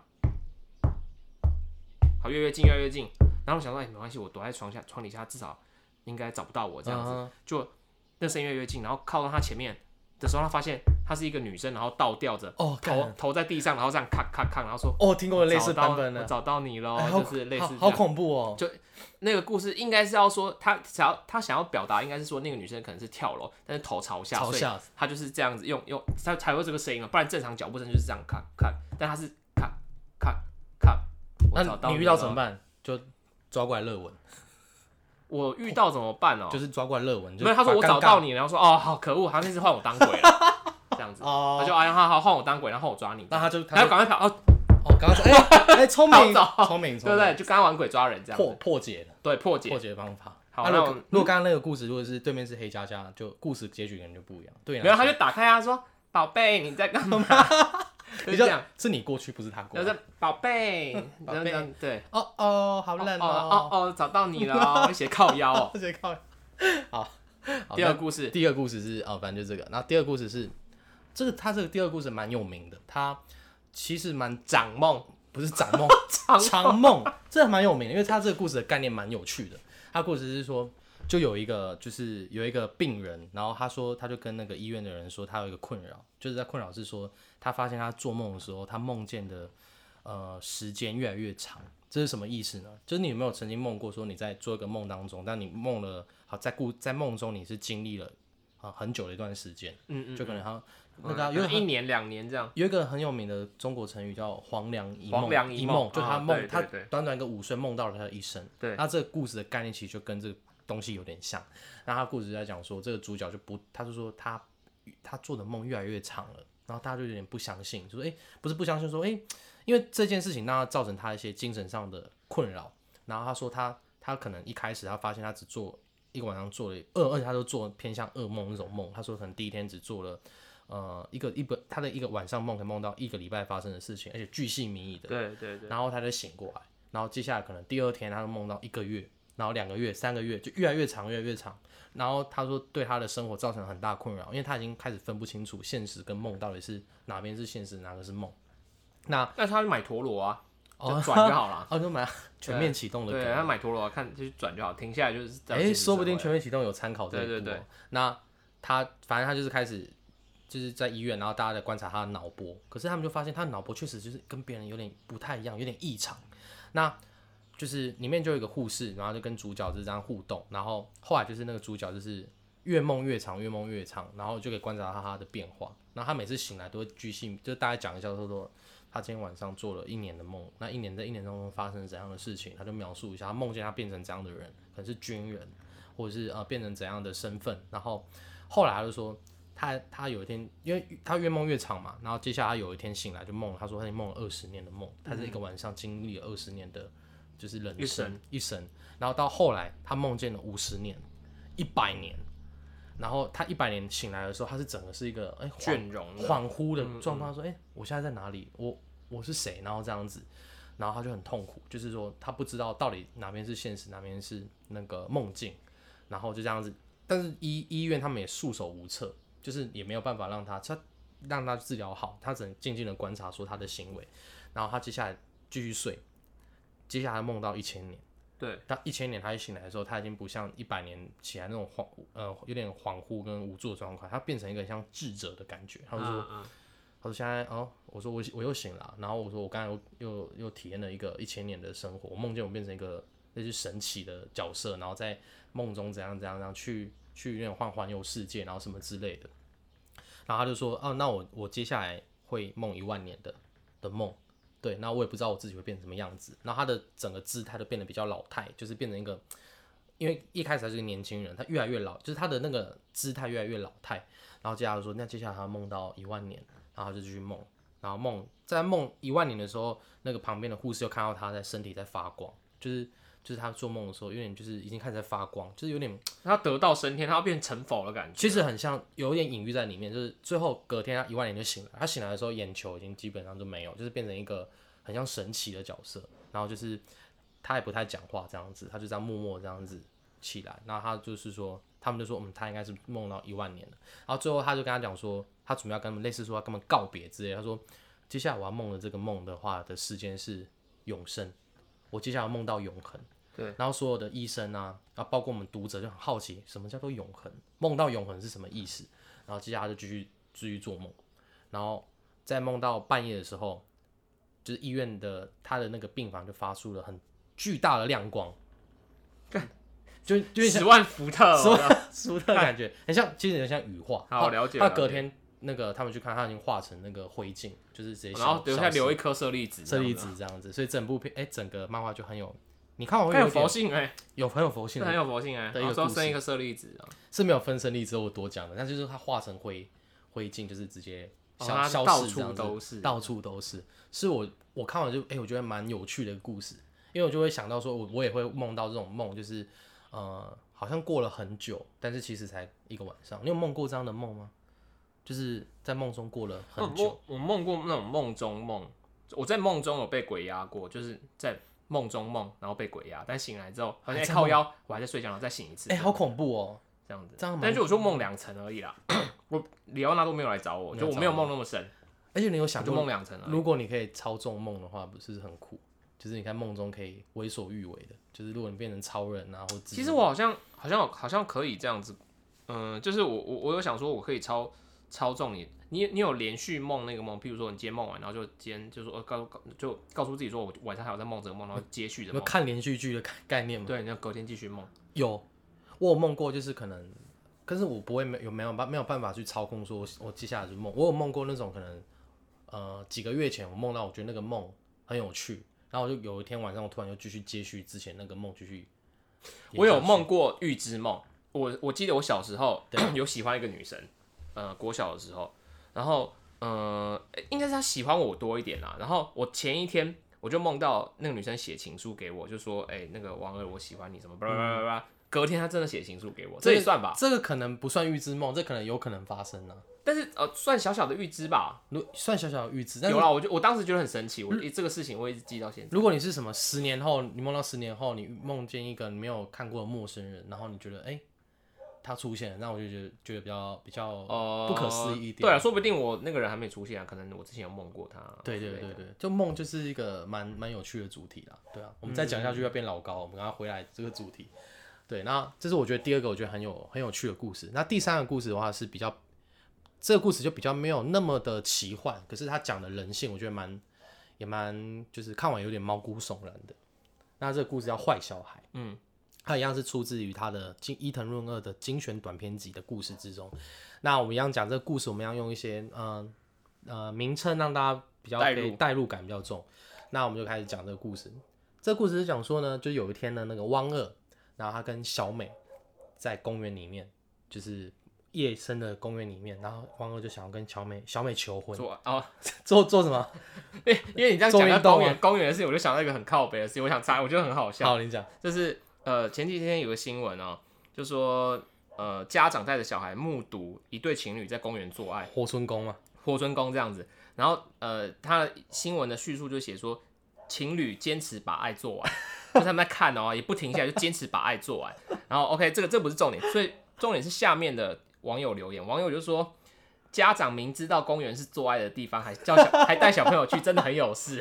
好，越来越近，然后我想说，没关系，我躲在床底下，至少应该找不到我这样子，就那声音越来越近，然后靠到他前面的时候，他发现她是一个女生，然后倒吊着，头在地上，然后这样咔咔咔，然后说， 听过类似版本的， 我找到你咯，就是类似， 好恐怖哦。 就那个故事应该是要说，他想要表达，应该是说那个女生可能是跳楼，但是头朝下，所以她就是这样子用，她才会这个声音嘛，不然正常脚步声就是这样咔咔，但她是咔咔咔。 那你遇到怎么办？就抓过来热吻。 我遇到怎么办哦？ 就是抓过来热吻。 没有，他说我找到你，然后说好可恶，他那次换我当鬼了，这样子。他就好换我当鬼，然后我抓你。 那他就赶快跑赶快说聪明， 对不对？就刚刚玩鬼抓人这样。 破解的， 对，破解的方法。 好， 如果刚刚那个故事如果是对面是黑佳佳，就故事结局可能就不一样。对， 没有，他就打开说宝贝你在干嘛？就这样， 是你过去，不是他过来。 宝贝，对， 好冷找到你了，会写靠腰哦， 写靠腰。好， 第二个故事是反正就这个。然后第二个故事是他这个第二个故事蛮有名的，他其实长梦不是长梦，长梦，这还蛮有名的，因为他这个故事的概念蛮有趣的。他故事是说，就有一个病人，然后他说他就跟那个医院的人说，他有一个困扰，就是在困扰是说，他发现他做梦的时候，他梦见的时间越来越长。这是什么意思呢？就是你有没有曾经梦过说你在做一个梦当中，但你梦了好在梦中你是经历了很久的一段时间，就可能他那个有 1年2年这样。 有一个很有名的中国成语叫黄粱一梦， 就他梦，他对短短一个5岁梦到了他的一生。 对， 那这个故事的概念其实就跟这个东西有点像。那他故事在讲说，这个主角他就说他做的梦越来越长了，然后大家就有点不相信，就说不是不相信，说因为这件事情让他造成他一些精神上的困扰。然后他说他可能一开始他发现他只做一个晚上做了而且他都做偏向噩梦那种梦。他说可能第一天只做了他的一个晚上梦可以梦到1个礼拜发生的事情，而且巨细靡遗的。 对。 然后他就醒过来，然后接下来可能第2天他就梦到1个月，然后2个月、3个月，就越来越长，越来越长。然后他说对他的生活造成很大困扰，因为他已经开始分不清楚现实跟梦到底是哪边是现实，哪个是梦。那他就买陀螺啊，就转就好了。 就买全面启动的。 对，他买陀螺看就转就好，停下来就是说不定全面启动有参考这一步。 对。 那反正他就是开始就是在医院，然后大家在观察他的脑波，可是他们就发现他的脑波确实就是跟别人有点不太一样，有点异常。那就是里面就有一个护士，然后就跟主角就是这样互动，然后后来就是那个主角就是越梦越长，越梦越长，然后就可以观察到他的变化。然后他每次醒来都会巨细，就大概讲一下说他今天晚上做了1年的梦，那在1年当中发生了怎样的事情，他就描述一下他梦见他变成这样的人，可能是军人，或者是变成怎样的身份。然后后来他就说他有一天，因为他越梦越长嘛，然后接下来他有一天醒来就梦了，他说他已经梦了20年的梦，他是一个晚上经历了20年的就是人生一生，然后到后来他梦见了50年、100年。然后他100年醒来的时候，他是整个是一个倦容恍惚的状况，说我现在在哪里？我是谁？然后这样子，然后他就很痛苦，就是说他不知道到底哪边是现实，哪边是那个梦境，然后就这样子。但是医院他们也束手无策，就是也没有办法让他治疗好，他只能静静的观察说他的行为，然后他接下来继续睡，接下来梦到1000年。 对， 到1000年他一醒来的时候，他已经不像100年起来那种有点恍惚跟无助的状况，他变成一个像智者的感觉。他就说，他说现在我说我又醒了，然后我说我刚才又体验了一个1000年的生活，我梦见我变成一个类似神奇的角色，然后在梦中怎样去有点环游世界，然后什么之类的。然后他就说，那我接下来会梦1万年的梦。对，那我也不知道我自己会变成什么样子。然后他的整个姿态都变得比较老态，就是变成一个，因为一开始他是个年轻人，他越来越老，就是他的那个姿态越来越老态。然后接下来说，那接下来他梦到1万年，然后他就继续梦，然后在梦1万年的时候，那个旁边的护士又看到他在身体在发光，就是他做梦的时候，有点就是已经开始在发光，就是有点他得道升天，他要变成佛的感觉。 其实很像，有点隐喻在里面，就是最后隔天他1万年就醒了，他醒来的时候眼球已经基本上就没有，就是变成一个很像神奇的角色，然后就是他也不太讲话这样子，他就这样默默这样子起来，然后他就是说，他们就说他应该是梦到1万年了，然后最后他就跟他讲说，他准备要跟他们类似说要跟他们告别之类的，他说接下来我要梦的这个梦的话的时间是永生，我接下来要梦到永恒。 对， 然后所有的医生啊，包括我们读者就很好奇，什么叫做永恒？梦到永恒是什么意思？然后接下来就继续做梦，然后在梦到半夜的时候，就是医院的他的那个病房就发出了很巨大的亮光，就 10万伏特 ，10万伏特感觉很像，其实很像羽化。 好了解。 他隔天那个他们去看，他已经化成那个灰烬，就是直接然后留一颗舍利子这样子，所以整部片整个漫画就很有。你看我会有佛性很有佛性， 很有佛性的一个故事。 生一个舍利子是没有分舍利子我多讲的，但就是它化成灰烬，就是直接消失到处都是， 到处都是。是我看完就我觉得蛮有趣的一个故事，因为我就会想到说我也会梦到这种梦，就是好像过了很久，但是其实才1个晚上。你有梦过这样的梦吗？就是在梦中过了很久。 我梦过那种梦中梦，我在梦中有被鬼压过，就是在梦中梦，然后被鬼压，但醒来之后发现靠腰，我还在睡觉，然后再醒一次。 好恐怖哦， 这样子。但是我就梦2层而已啦。里奥纳多没有来找我，就我没有梦那么深。 而且你有想过， 梦2层了。 如果你可以操纵梦的话，不是很酷？就是你看梦中可以为所欲为的，就是如果你变成超人啊，或其实我好像可以这样子，就是我有想说，我可以操纵你有连续梦那个梦，譬如说你今天梦完，然后就今天就说告诉自己说我晚上还有在梦这个梦，然后接续的梦。 看连续剧的概念吗？ 对，你要隔天继续梦。 我有梦过，就是可能，可是我不会没有办法去操控说我接下来的梦。我有梦过那种可能几个月前我梦到我觉得那个梦很有趣，然后我就有一天晚上我突然就继续接续之前那个梦继续。 我有梦过预知梦，我记得我小时候有喜欢一个女生，国小的时候，然后应该是她喜欢我多一点啦。然后我前一天我就梦到那个女生写情书给我，就说那个王二我喜欢你什么巴拉巴拉巴拉。隔天她真的写情书给我，这也算吧？ 这个可能不算预知梦，这可能有可能发生啊。 但是算小小的预知吧， 算小小的预知。 有啦，我当时觉得很神奇，这个事情我一直记到现在。 如果你是什么10年后，你梦到10年后，你梦见一个你没有看过的陌生人，然后你觉得他出现了，那我就觉得比较不可思议一点。 对啊，说不定我那个人还没出现啊，可能我之前有梦过他。 对，就梦就是一个蛮有趣的主题啦。对啊，我们再讲下去要变老高，我们刚刚回来这个主题。对，那这是我觉得第二个我觉得很有趣的故事。那第三个故事的话是这个故事就比较没有那么的奇幻，可是他讲的人性，我觉得也蛮就是看完有点毛骨悚然的。那这个故事叫《坏小孩》，它一样是出自于他的伊藤润二的精选短篇集的故事之中。那我们一样讲这个故事，我们一样用一些名称让大家比较代入感比较重。那我们就开始讲这个故事。这个故事是讲说呢，就有一天呢，那个汪二，然后他跟小美在公园里面，就是夜深的公园里面，然后汪二就想要跟小美求婚。做什么？ 因为你这样讲到公园的事情，我就想到一个很靠北的事情，我想猜，我觉得很好笑。 好，你讲。 就是前几天有个新闻哦，就说家长带着小孩目睹一对情侣在公园做爱， 活春宫嘛， 活春宫这样子。然后他的新闻的叙述就写说，情侣坚持把爱做完，就是他们在看哦，也不停下来，就坚持把爱做完。然后 OK， 这不是重点，所以重点是下面的网友留言，网友就说，家长明知道公园是做爱的地方，还带小朋友去，真的很有事。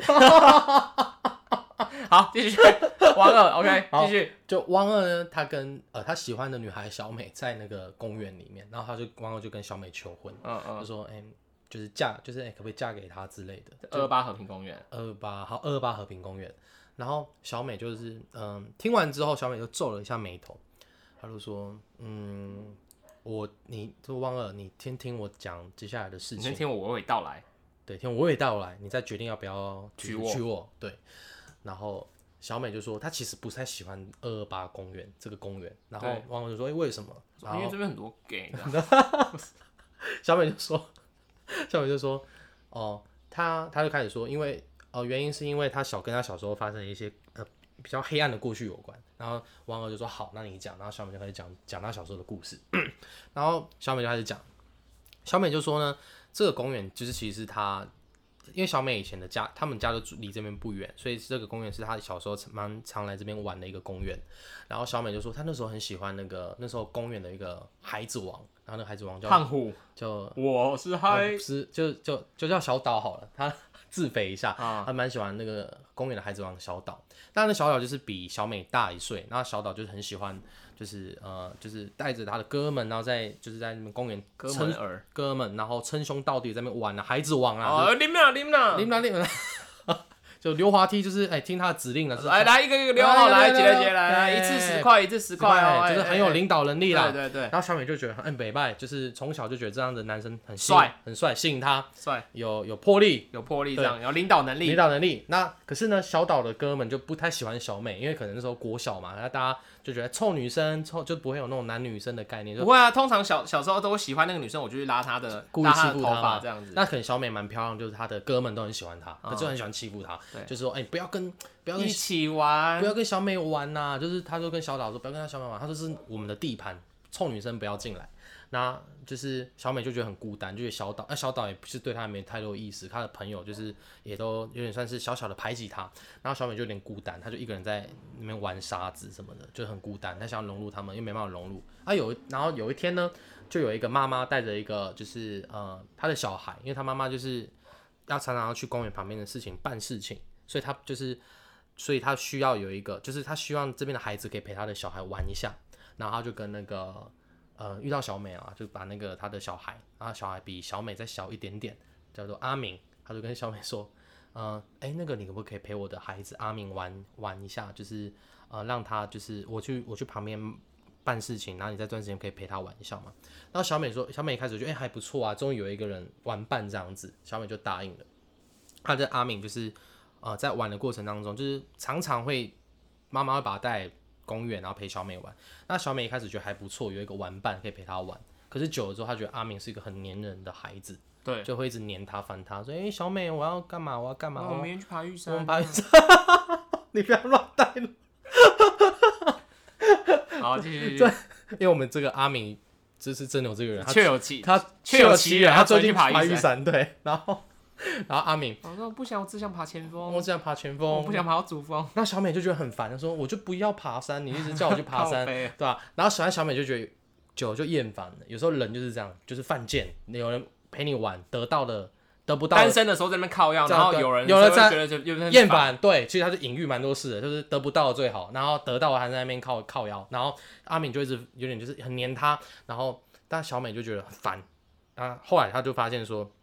好，继续。汪二 OK， 继续。 就汪二呢，他跟他喜欢的女孩小美在那个公园里面，然后汪二就跟小美求婚，就说就是可不可以嫁给他之类的。 228和平公园。 228和平公园。然后小美就是听完之后，小美就皱了一下眉头，她就说这汪二，你先听我讲接下来的事情， 你先听我娓娓道来。 对，听我娓娓道来，你再决定要不要娶我。对，然后小美就说她其实不太喜欢228公园这个公园，然后汪二就说为什么？ 因为这边很多 gay。 小美就说她就开始说，因为原因是因为她跟她小时候发生的一些比较黑暗的过去有关。然后汪二就说好，那你讲。然后小美就开始讲她小时候的故事。然后小美就开始讲，小美就说呢，这个公园就是其实是她，因为小美以前的家，他们家就离这边不远，所以这个公园是她小时候蛮常来这边玩的一个公园。然后小美就说，她那时候很喜欢那时候公园的一个孩子王，然后那个孩子王叫胖虎，我是嗨， 就叫小岛好了，他自肥一下，他蛮喜欢那个公园的孩子王小岛。但那小岛就是比小美大1岁，然后小岛就是很喜欢，就是带着他的哥们，然后在那边公园哥们，然后称兄道弟在那边玩孩子王啊，拎就溜滑梯，就是听他的指令了， 来一个溜好，来姐来，一次10块， 就是很有领导能力啦。 对。 然后小美就觉得北拜，就是从小就觉得这样的男生很帅， 吸引他， 帅， 有魄力这样，有领导能力。 那可是呢，小岛的哥们就不太喜欢小美，因为可能那时候国小嘛，那大家就觉得臭女生就不会有那种男女生的概念。 不会啊，通常小时候都喜欢那个女生，我就去拉她的， 故意欺负她嘛，这样子。 那可能小美蛮漂亮，就是她的哥们都很喜欢她，可就很喜欢欺负她。就是说，不要跟一起玩， 不要跟小美玩呐。就是他就跟小岛说，不要跟小美玩，他说是我们的地盘，臭女生不要进来。那就是小美就觉得很孤单，就觉得小岛也不是对她没太多意思，她的朋友就是也都有点算是小小的排挤她，然后小美就有点孤单，她就一个人在那边玩沙子什么的，就很孤单，她想要融入他们，又没办法融入。然后有一天呢，就有一个妈妈带着一个就是她的小孩，因为她妈妈就是要常常要去公园旁边的事情办事情，所以他需要有一个，就是他希望这边的孩子可以陪他的小孩玩一下，然后他就跟那个遇到小美啊，就把那个他的小孩，然后小孩比小美再小一点点，叫做阿明，他就跟小美说，那个你可不可以陪我的孩子阿明玩一下，就是让他就是我去旁边办事情，然后你在这段时间可以陪他玩一下嘛。然后小美一开始觉得还不错啊，终于有一个人玩伴这样子，小美就答应了。他的阿明就是在玩的过程当中，就是常常会妈妈会把他带来公园，然后陪小美玩。那小美一开始觉得还不错，有一个玩伴可以陪他玩。可是久了之后，她觉得阿明是一个很黏人的孩子， 对， 就会一直黏他、烦他，说：“小美，我要干嘛？我要干嘛？ 我明天去爬玉山。” 我们爬玉山，你不要乱带了。 好，继续。 因为我们这个阿明就是真的有这个人， 确有其人，他最近爬玉山，对，然后阿明， 我说不想，我只想爬前锋， 我只想爬前锋， 我不想爬到主峰。 那小美就觉得很烦，她说我就不要爬山，你一直叫我去爬山，对吧？然后小美就觉得久了就厌烦了，有时候人就是这样，就是犯贱，有人陪你玩，得到的得不到的， 单身的时候在那边靠腰，然后有人在觉得就有点厌烦，对，其实他就隐喻蛮多事的，就是得不到的最好，然后得到的还在那边靠腰，然后阿敏就一直有点就是很黏他，然后但小美就觉得很烦，后来他就发现说，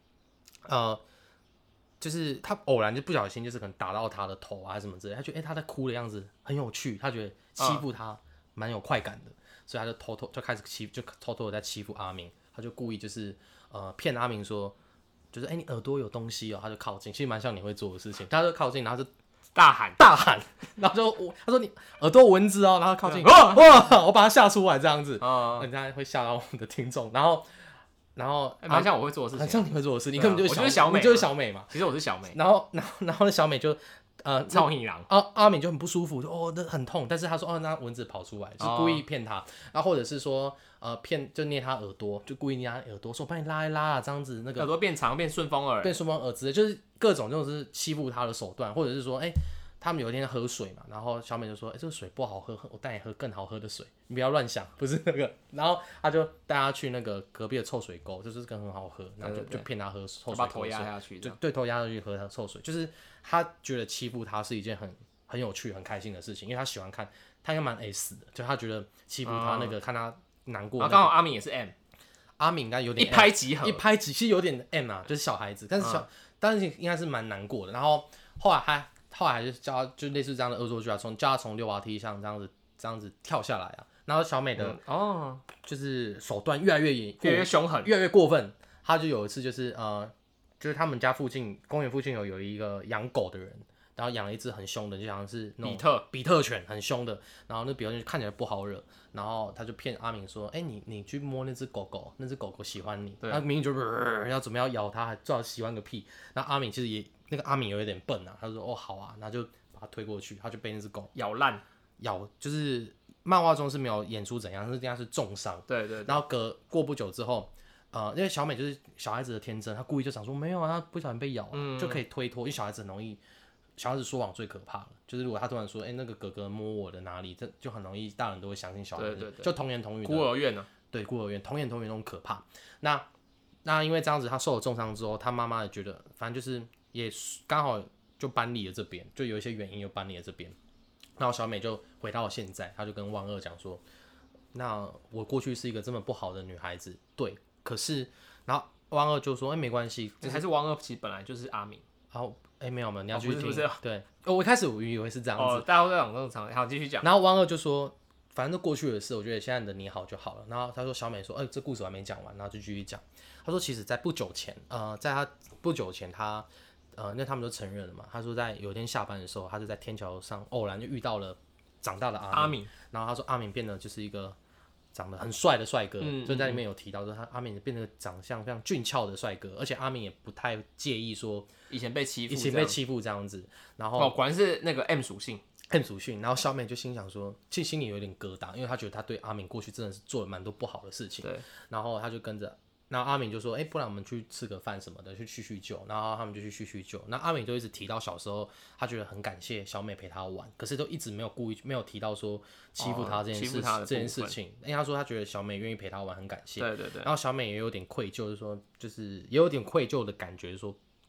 就是他偶然就不小心就是可能打到他的头啊什么之类的，他觉得他在哭的样子很有趣，他觉得欺负他蛮有快感的，所以他就偷偷就开始偷偷的在欺负阿明，他就故意就是骗阿明说。就是你耳朵有东西哦，他就靠近，其实蛮像你会做的事情。他就靠近，然后就大喊，然后他说你耳朵有蚊子哦，然后靠近，哇，我把他吓出来这样子，人家会吓到我们的听众。然后蛮像我会做的事情， 很像你会做的事，你根本就是小美， 你就是小美嘛。 其实我是小美。 然后那小美就超硬朗， 阿敏就很不舒服，那很痛，但是他说那蚊子跑出来，就是故意骗他，然后或者是说骗就捏他耳朵，就故意捏他耳朵，说我帮你拉一拉啊，这样子那个耳朵变长变顺风耳之类，就是各种这种是欺负他的手段，或者是说他们有一天喝水嘛，然后小美就说这个水不好喝，我带你喝更好喝的水，你不要乱想，不是那个，然后他就带他去那个隔壁的臭水沟，就是更很好喝，然后就骗他喝臭水， 把头压下去， 就对头压下去喝他臭水，就是他觉得欺负他是一件很有趣很开心的事情，因为他喜欢看，他应该蛮 S 的，就他觉得欺负他那个看他难过， 刚好阿敏也是 M， 阿敏应该有点 M， 一拍即合， 其实有点 M 啊，就是小孩子，但是应该是蛮难过的，然后后来就叫他就类似这样的恶作剧啊，叫他从溜滑梯上这样子跳下来啊，然后小美的就是手段越来越凶狠， 越来越过分。他就有一次就是就是他们家公园附近有一个养狗的人，然后养了一只很凶的，就好像是那种比特犬，很凶的。然后那比特犬看起来不好惹，然后他就骗阿明说：“你去摸那只狗狗，那只狗狗喜欢你。”他明明就要准备要咬它，还最好喜欢个屁。那阿明其实那个阿明有点笨啊，他就说：“好啊。”然后就把他推过去，他就被那只狗咬烂， 就是漫画中是没有演出怎样，但是应该是重伤。 对。 然后过不久之后。因为小美就是小孩子的天真，她故意就想说没有啊，她不小心被咬就可以推脱，因为小孩子很容易，小孩子说谎最可怕了，就是如果他突然说，那个哥哥摸我的哪里，这就很容易，大人都会相信小孩子， 对， 就童言童语的， 孤儿院呢， 对，孤儿院童言童语那种可怕。那因为这样子，他受了重伤之后，他妈妈也觉得，反正就是也刚好就搬离了这边，就有一些原因又搬离了这边，然后小美就回到了现在，她就跟汪二讲说，那我过去是一个这么不好的女孩子，对。可是，然后汪二就说：“没关系， 还是汪二其实本来就是阿明。” 然后没有，你要继续听。 不是对，我一开始我以为是这样子。 大家都在讲这种常，好，继续讲。 然后汪二就说：“反正过去的事，我觉得现在的你好就好了。”然后他说：“小美说，这故事我还没讲完。”然后就继续讲。他说：“其实，在不久前，在他不久前，他那他们都承认了嘛。他说，在有一天下班的时候，他就在天桥上偶然就遇到了长大的阿明。然后他说，阿明变得就是一个。”长得很帅的帅哥，就在里面有提到说阿明变成长相非常俊俏的帅哥，而且阿明也不太介意说以前被欺负这样子，然后果然是那个 M 属性， 然后小美就心想说，其实心里有点疙瘩，因为她觉得她对阿明过去真的是做了蛮多不好的事情， 对， 然后她就跟着。然后阿敏就说：“不然我们去吃个饭什么的，去叙叙旧。”然后他们就去叙叙旧。那阿敏就一直提到小时候，他觉得很感谢小美陪他玩，可是都一直没有提到说欺负他这件事情。因为他说他觉得小美愿意陪他玩很感谢。 对。 然后小美也有点愧疚，就是也有点愧疚的感觉，说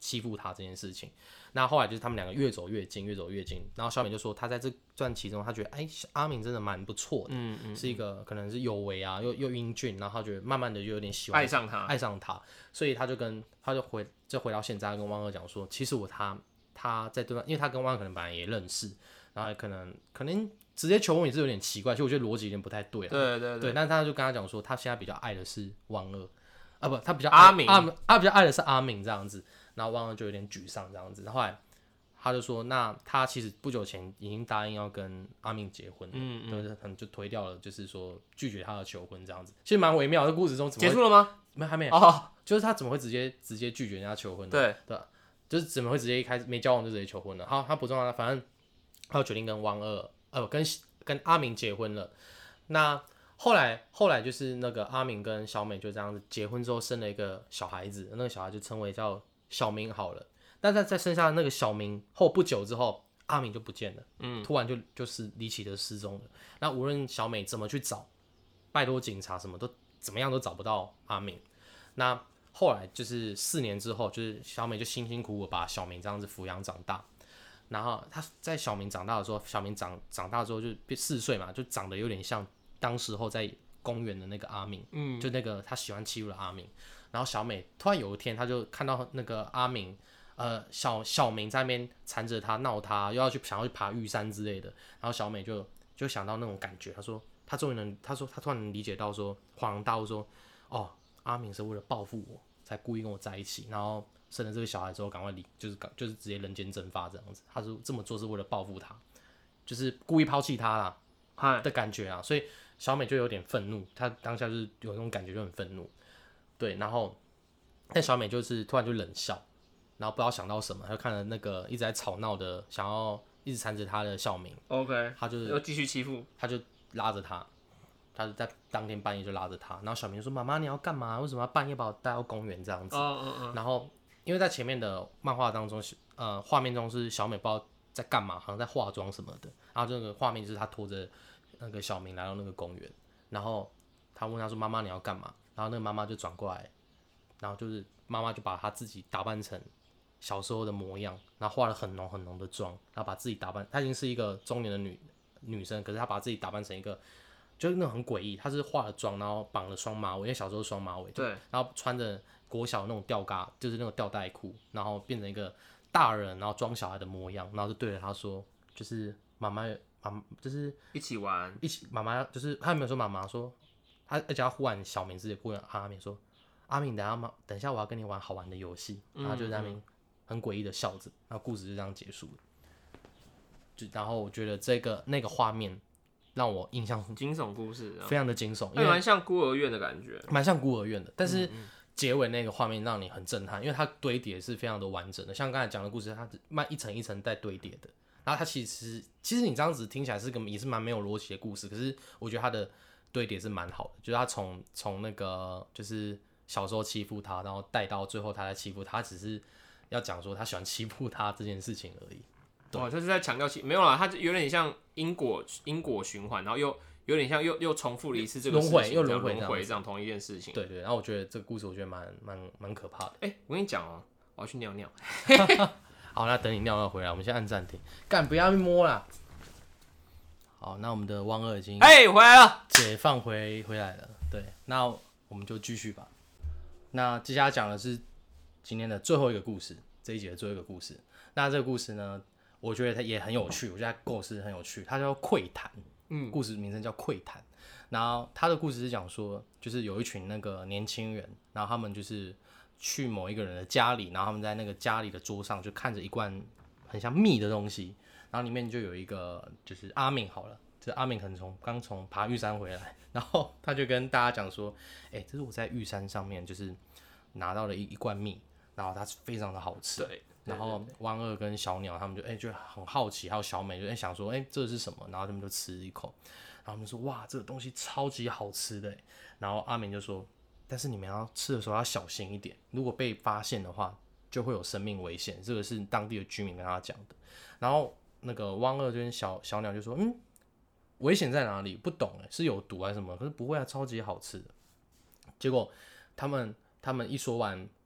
欺负他这件事情。那后来就是他们两个越走越近，越走越近。然后小美就说，她在这段期中，她觉得阿明真的蛮不错的，是一个可能是有为啊，又英俊，然后她觉得慢慢的就有点喜欢爱上他，所以她就回到现在跟汪二讲说，其实他在对方，因为他跟汪二可能本来也认识，然后可能直接求婚也是有点奇怪，其实我觉得逻辑有点不太对啊。对，但他就跟他讲说，他现在比较爱的是汪二。啊不，他比较阿明， 他比较爱的是阿明这样子，然后汪二就有点沮丧这样子。后来他就说，那他其实不久前已经答应要跟阿明结婚了，就是可能就推掉了，就是说拒绝他的求婚这样子。其实蛮微妙的，这故事中怎么结束了吗？ 还没就是他怎么会直接拒绝人家求婚呢？对，就是怎么会直接一开始没交往就直接求婚了？好，他不重要，反正他就决定跟汪二跟阿明结婚了。那后来就是那个阿明跟小美就这样子结婚之后生了一个小孩子，那个小孩就称为叫小明好了。但在生下那个小明后不久之后，阿明就不见了，突然就是离奇的失踪了。那无论小美怎么去找，拜托警察什么都怎么样都找不到阿明。那后来就是4年之后，就是小美就辛辛苦苦把小明这样子抚养长大。然后他在小明长大的时候，小明长大之后就4岁嘛，就长得有点像当时候在公园的那个阿明，就那个他喜欢欺负的阿明。然后小美突然有一天，他就看到那个阿明，小明在那边缠着他闹他，又想要去爬玉山之类的。然后小美就想到那种感觉，他说他突然能理解到说，恍然大悟说，哦，阿明是为了报复我才故意跟我在一起，然后生了这个小孩之后赶快就是直接人间蒸发这样子。他说这么做是为了报复他，就是故意抛弃他啦的感觉啊。所以小美就有点愤怒，她当下就是有那种感觉，就很愤怒。对，然后但小美就是突然就冷笑，然后不知道想到什么，她就看了那个一直在吵闹的，想要一直缠着她的小明 ，OK， 她就是又继续欺负， 她就拉着他。他就在当天半夜就拉着他，然后小明就说：“妈妈，你要干嘛？为什么要半夜把我带到公园这样子？”然后因为在前面的漫画当中，画面中是小美不知道在干嘛，好像在化妆什么的。然后这个画面就是他拖着那个小明来到那个公园，然后他问他说：“妈妈，你要干嘛？”然后那个妈妈就转过来，然后就是妈妈就把她自己打扮成小时候的模样，然后化了很浓很浓的妆，然后把自己打扮，她已经是一个中年的女生，可是她把自己打扮成一个。就是那种很诡异，她是化了妆，然后绑了双马尾，因为小时候双马尾， 对， 然后穿着国小那种吊嘎，就是那种吊带裤，然后变成一个大人，然后装小孩的模样，然后就对着他说，就是妈妈，就是一起玩， 妈妈就是他没有说妈妈说，而且他呼喊小名字，也呼喊阿明说，阿明等一下我要跟你玩好玩的游戏，然后就在那边很诡异的笑着，然后故事就这样结束了。然后我觉得那个画面。让我印象惊悚故事， 非常的惊悚， 因为蛮像孤儿院的感觉， 蛮像孤儿院的。但是结尾那个画面让你很震撼，因为它堆叠是非常的完整的，像刚才讲的故事，它慢一层一层在堆叠的。然后它其实你这样子听起来也是蛮没有逻辑的故事，可是我觉得它的堆叠是蛮好的，就是他从那个就是小时候欺负他，然后带到最后他在欺负他，只是要讲说他喜欢欺负他这件事情而已。 哦，就是在强调没有啦，它有点像因果循环，然后又有点像又重复了一次这个事情， 轮回这样同一件事情。 对，然后我觉得这个故事我觉得蛮可怕的。 我跟你讲哦，我要去尿尿。 好，那等你尿尿回来，我们先按暂停。干，不要摸啦。好，那我们的汪二已经回来了， 解放回来了。对，那我们就继续吧。那接下来讲的是今天的最后一个故事，这一节的最后一个故事。那这个故事呢？我觉得它也很有趣，我觉得它构思很有趣，它叫窥探，故事名称叫窥探。然后它的故事是讲说，就是有一群那个年轻人，然后他们就是去某一个人的家里，然后他们在那个家里的桌上就看着一罐很像蜜的东西，然后里面就有一个就是阿明好了，这阿明可能刚从爬玉山回来，然后他就跟大家讲说，这是我在玉山上面就是拿到了一罐蜜，然后它非常的好吃。 对。 然后汪二跟小鸟他们就很好奇，还有小美就想说这是什么，然后他们就吃一口，然后他们说哇这个东西超级好吃的，然后阿明就说但是你们要吃的时候要小心一点，如果被发现的话就会有生命危险，这个是当地的居民跟他讲的。然后那个汪二跟小鸟就说危险在哪里不懂是有毒还是什么，可是不会啊超级好吃的。结果他们一说完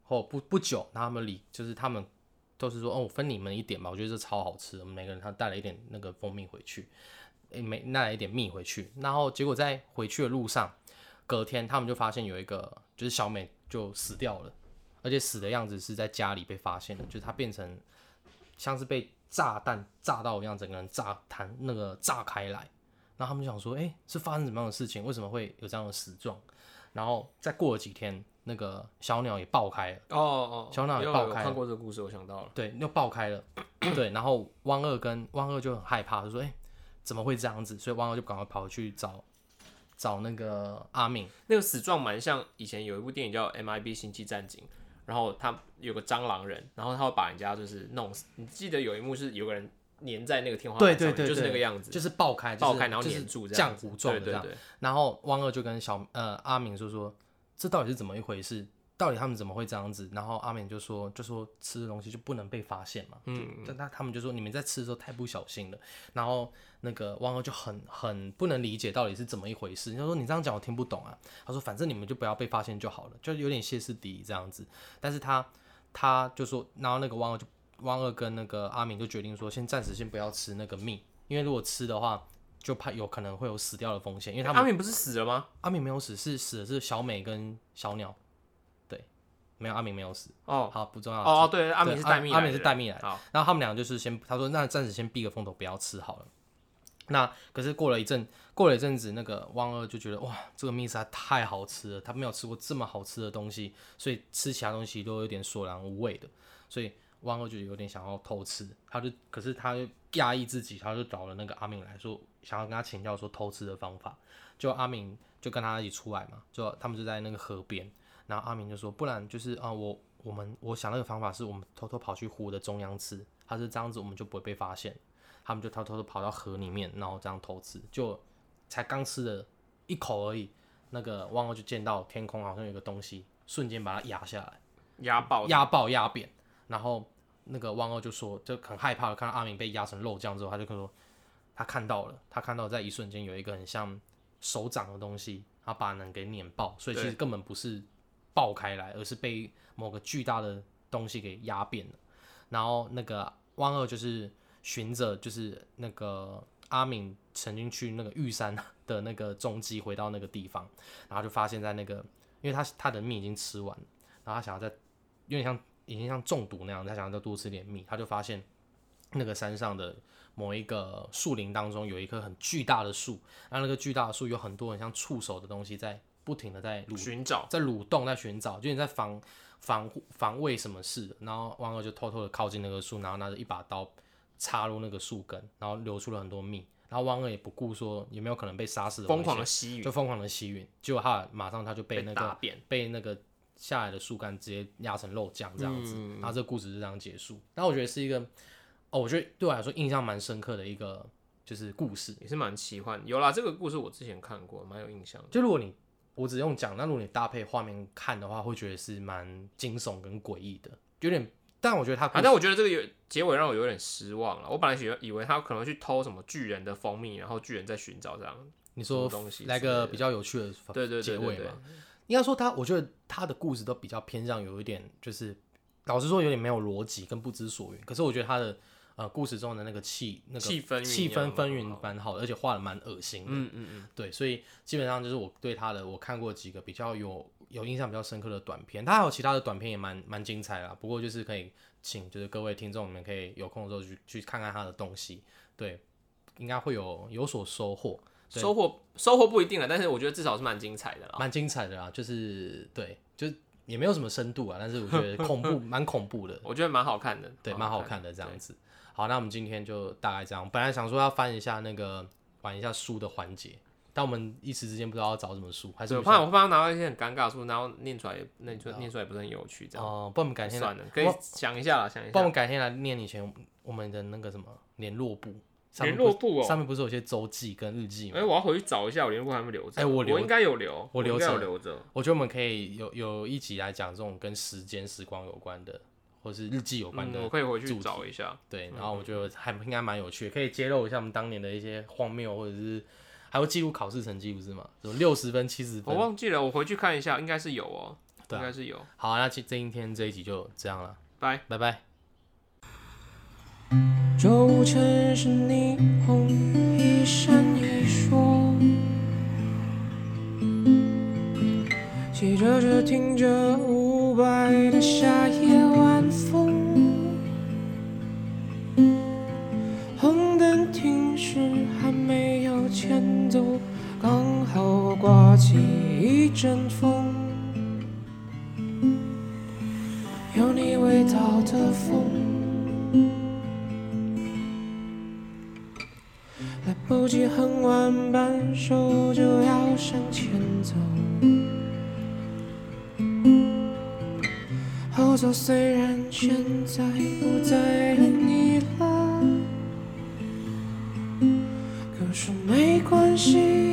后不久，然后他们都是说哦，我分你们一点吧，我觉得这超好吃的，我们每个人他带了一点那个蜂蜜回去，带了一点蜜回去，然后结果在回去的路上，隔天他们就发现有一个就是小美就死掉了，而且死的样子是在家里被发现的，就是她变成像是被炸弹炸到一样，整个人炸开来。然后他们就想说，是发生什么样的事情？为什么会有这样的死状？然后再过了几天，那个小鸟也爆开了。小鸟也爆开了。 看过这个故事，我想到了。 对，又爆开了。对，然后汪二就很害怕，就说，怎么会这样子？所以汪二就赶快跑去找那个阿敏。 那个死状蛮像以前有一部电影叫《MIB 星际战警》，然后他有个蟑螂人，然后他会把人家就是弄死。你记得有一幕是有个人粘在那个天花板上面，就是那个样子， 就是爆开， 然后粘住这样， 浆糊状的这样。然后汪二就跟阿敏说，这到底是怎么一回事？到底他们怎么会这样子？然后阿敏就说吃的东西就不能被发现嘛。他们就说你们在吃的时候太不小心了。然后那个汪二就很不能理解到底是怎么一回事。他说你这样讲我听不懂啊。他说反正你们就不要被发现就好了，就有点歇斯底里这样子。但是他就说，然后那个汪二跟那个阿敏就决定说，暂时先不要吃那个蜜，因为如果吃的话，就怕有可能会有死掉的风险。因为阿敏不是死了吗？ 阿敏没有死，死的是小美跟小鸟。对，没有阿敏没有死。好，不重要。 对，阿敏是带蜜来的。 阿敏是带蜜来的。然后他们俩就是他说那暂时先避个风头，不要吃好了。那可是过了一阵子，那个汪二就觉得哇，这个蜜实在太好吃了，他没有吃过这么好吃的东西，所以吃其他东西都有点索然无味的，所以汪二就有点想要偷吃，可是他就压抑自己，他就找了那个阿敏来说，想要跟他请教说偷吃的方法。就阿敏就跟他一起出来嘛，就他们就在那个河边，然后阿敏就说，不然就是我想那个方法是我们偷偷跑去湖的中央吃，他是这样子我们就不会被发现。他们就偷偷的跑到河里面，然后这样偷吃，就才刚吃了一口而已，那个汪二就见到天空好像有个东西，瞬间把它压下来，压扁，然后那个汪二就说，就很害怕的看到阿敏被压成肉酱之后，他就说他看到在一瞬间有一个很像手掌的东西，他把人给碾爆，所以其实根本不是爆开来，而是被某个巨大的东西给压扁了。然后那个汪二就是循着就是那个阿敏曾经去那个玉山的那个踪迹回到那个地方，然后就发现在那个，因为他的蜜已经吃完了，然后他想要有点已经像中毒那样，他想要再多吃点蜜，他就发现那个山上的某一个树林当中有一棵很巨大的树，然后那个巨大的树有很多很像触手的东西在不停的在寻找， 在蠕动，在寻找，就你在防卫什么事的。然后汪二就偷偷的靠近那个树，然后拿着一把刀插入那个树根，然后流出了很多蜜。然后汪二也不顾说有没有可能被杀死的危险， 疯狂的吸吮， 就疯狂的吸吮。结果马上他就被那个下来的树干直接压成肉酱这样子。然后这个故事就这样结束。然后我觉得是一个，我觉得对我来说印象蛮深刻的一个就是故事， 也是蛮奇幻。有啦，这个故事我之前看过，蛮有印象的。 就如果我只用讲，那如果你搭配画面看的话，会觉得是蛮惊悚跟诡异的，有点。但我觉得但我觉得这个结尾让我有点失望了。我本来以为他可能会去偷什么巨人的蜂蜜，然后巨人在寻找这样。 你说东西来个比较有趣的结尾嘛？应该说我觉得他的故事都比较偏向有一点，就是老实说有点没有逻辑跟不知所云。可是我觉得他的故事中的那个气氛纷纭蛮好的，而且画的蛮恶心的。对，所以基本上就是我对他的我看过几个比较有印象比较深刻的短片，他还有其他的短片也蛮精彩的啦。不过就是可以请就是各位听众你们可以有空的时候去看看他的东西，对，应该会有所收获。 收获不一定了，但是我觉得至少是蛮精彩的啦。 蛮精彩的啦，就是对，就是也没有什么深度啊，但是我觉得蛮恐怖的。 我觉得蛮好看的， 对，蛮好看的这样子。好，那我们今天就大概这样。本来想说要翻一下玩一下书的环节，但我们一时之间不知道要找什么书，还是我怕拿到一些很尴尬的书，然后念出来也不是很有趣，这样。 不然我们改天算了，可以想一下啦，想一下。 不然我们改天来念以前我们的那个什么联络簿。 联络簿上面不是有些周记跟日记吗？ 我要回去找一下，我联络簿还没留着。我应该有留， 我留着。 我觉得我们可以有一集来讲这种跟时光有关的，或是日记有关的。 我可以回去找一下。 对，然后我觉得应该蛮有趣的，可以揭露一下我们当年的一些荒谬，或者是还会记录考试成绩，不是吗？什么60分、70分？ 我忘记了，我回去看一下，应该是有哦。 应该是有。 好，那今天这一集就这样了， 拜拜。 周五城市霓虹一闪一烁，骑着车听着伍佰的夏夜晚风，红灯停时还没有前走，刚好刮起一阵风，有你味道的风，来不及哼完半首就要向前走，后座虽然现在不再有你了，可是没关系。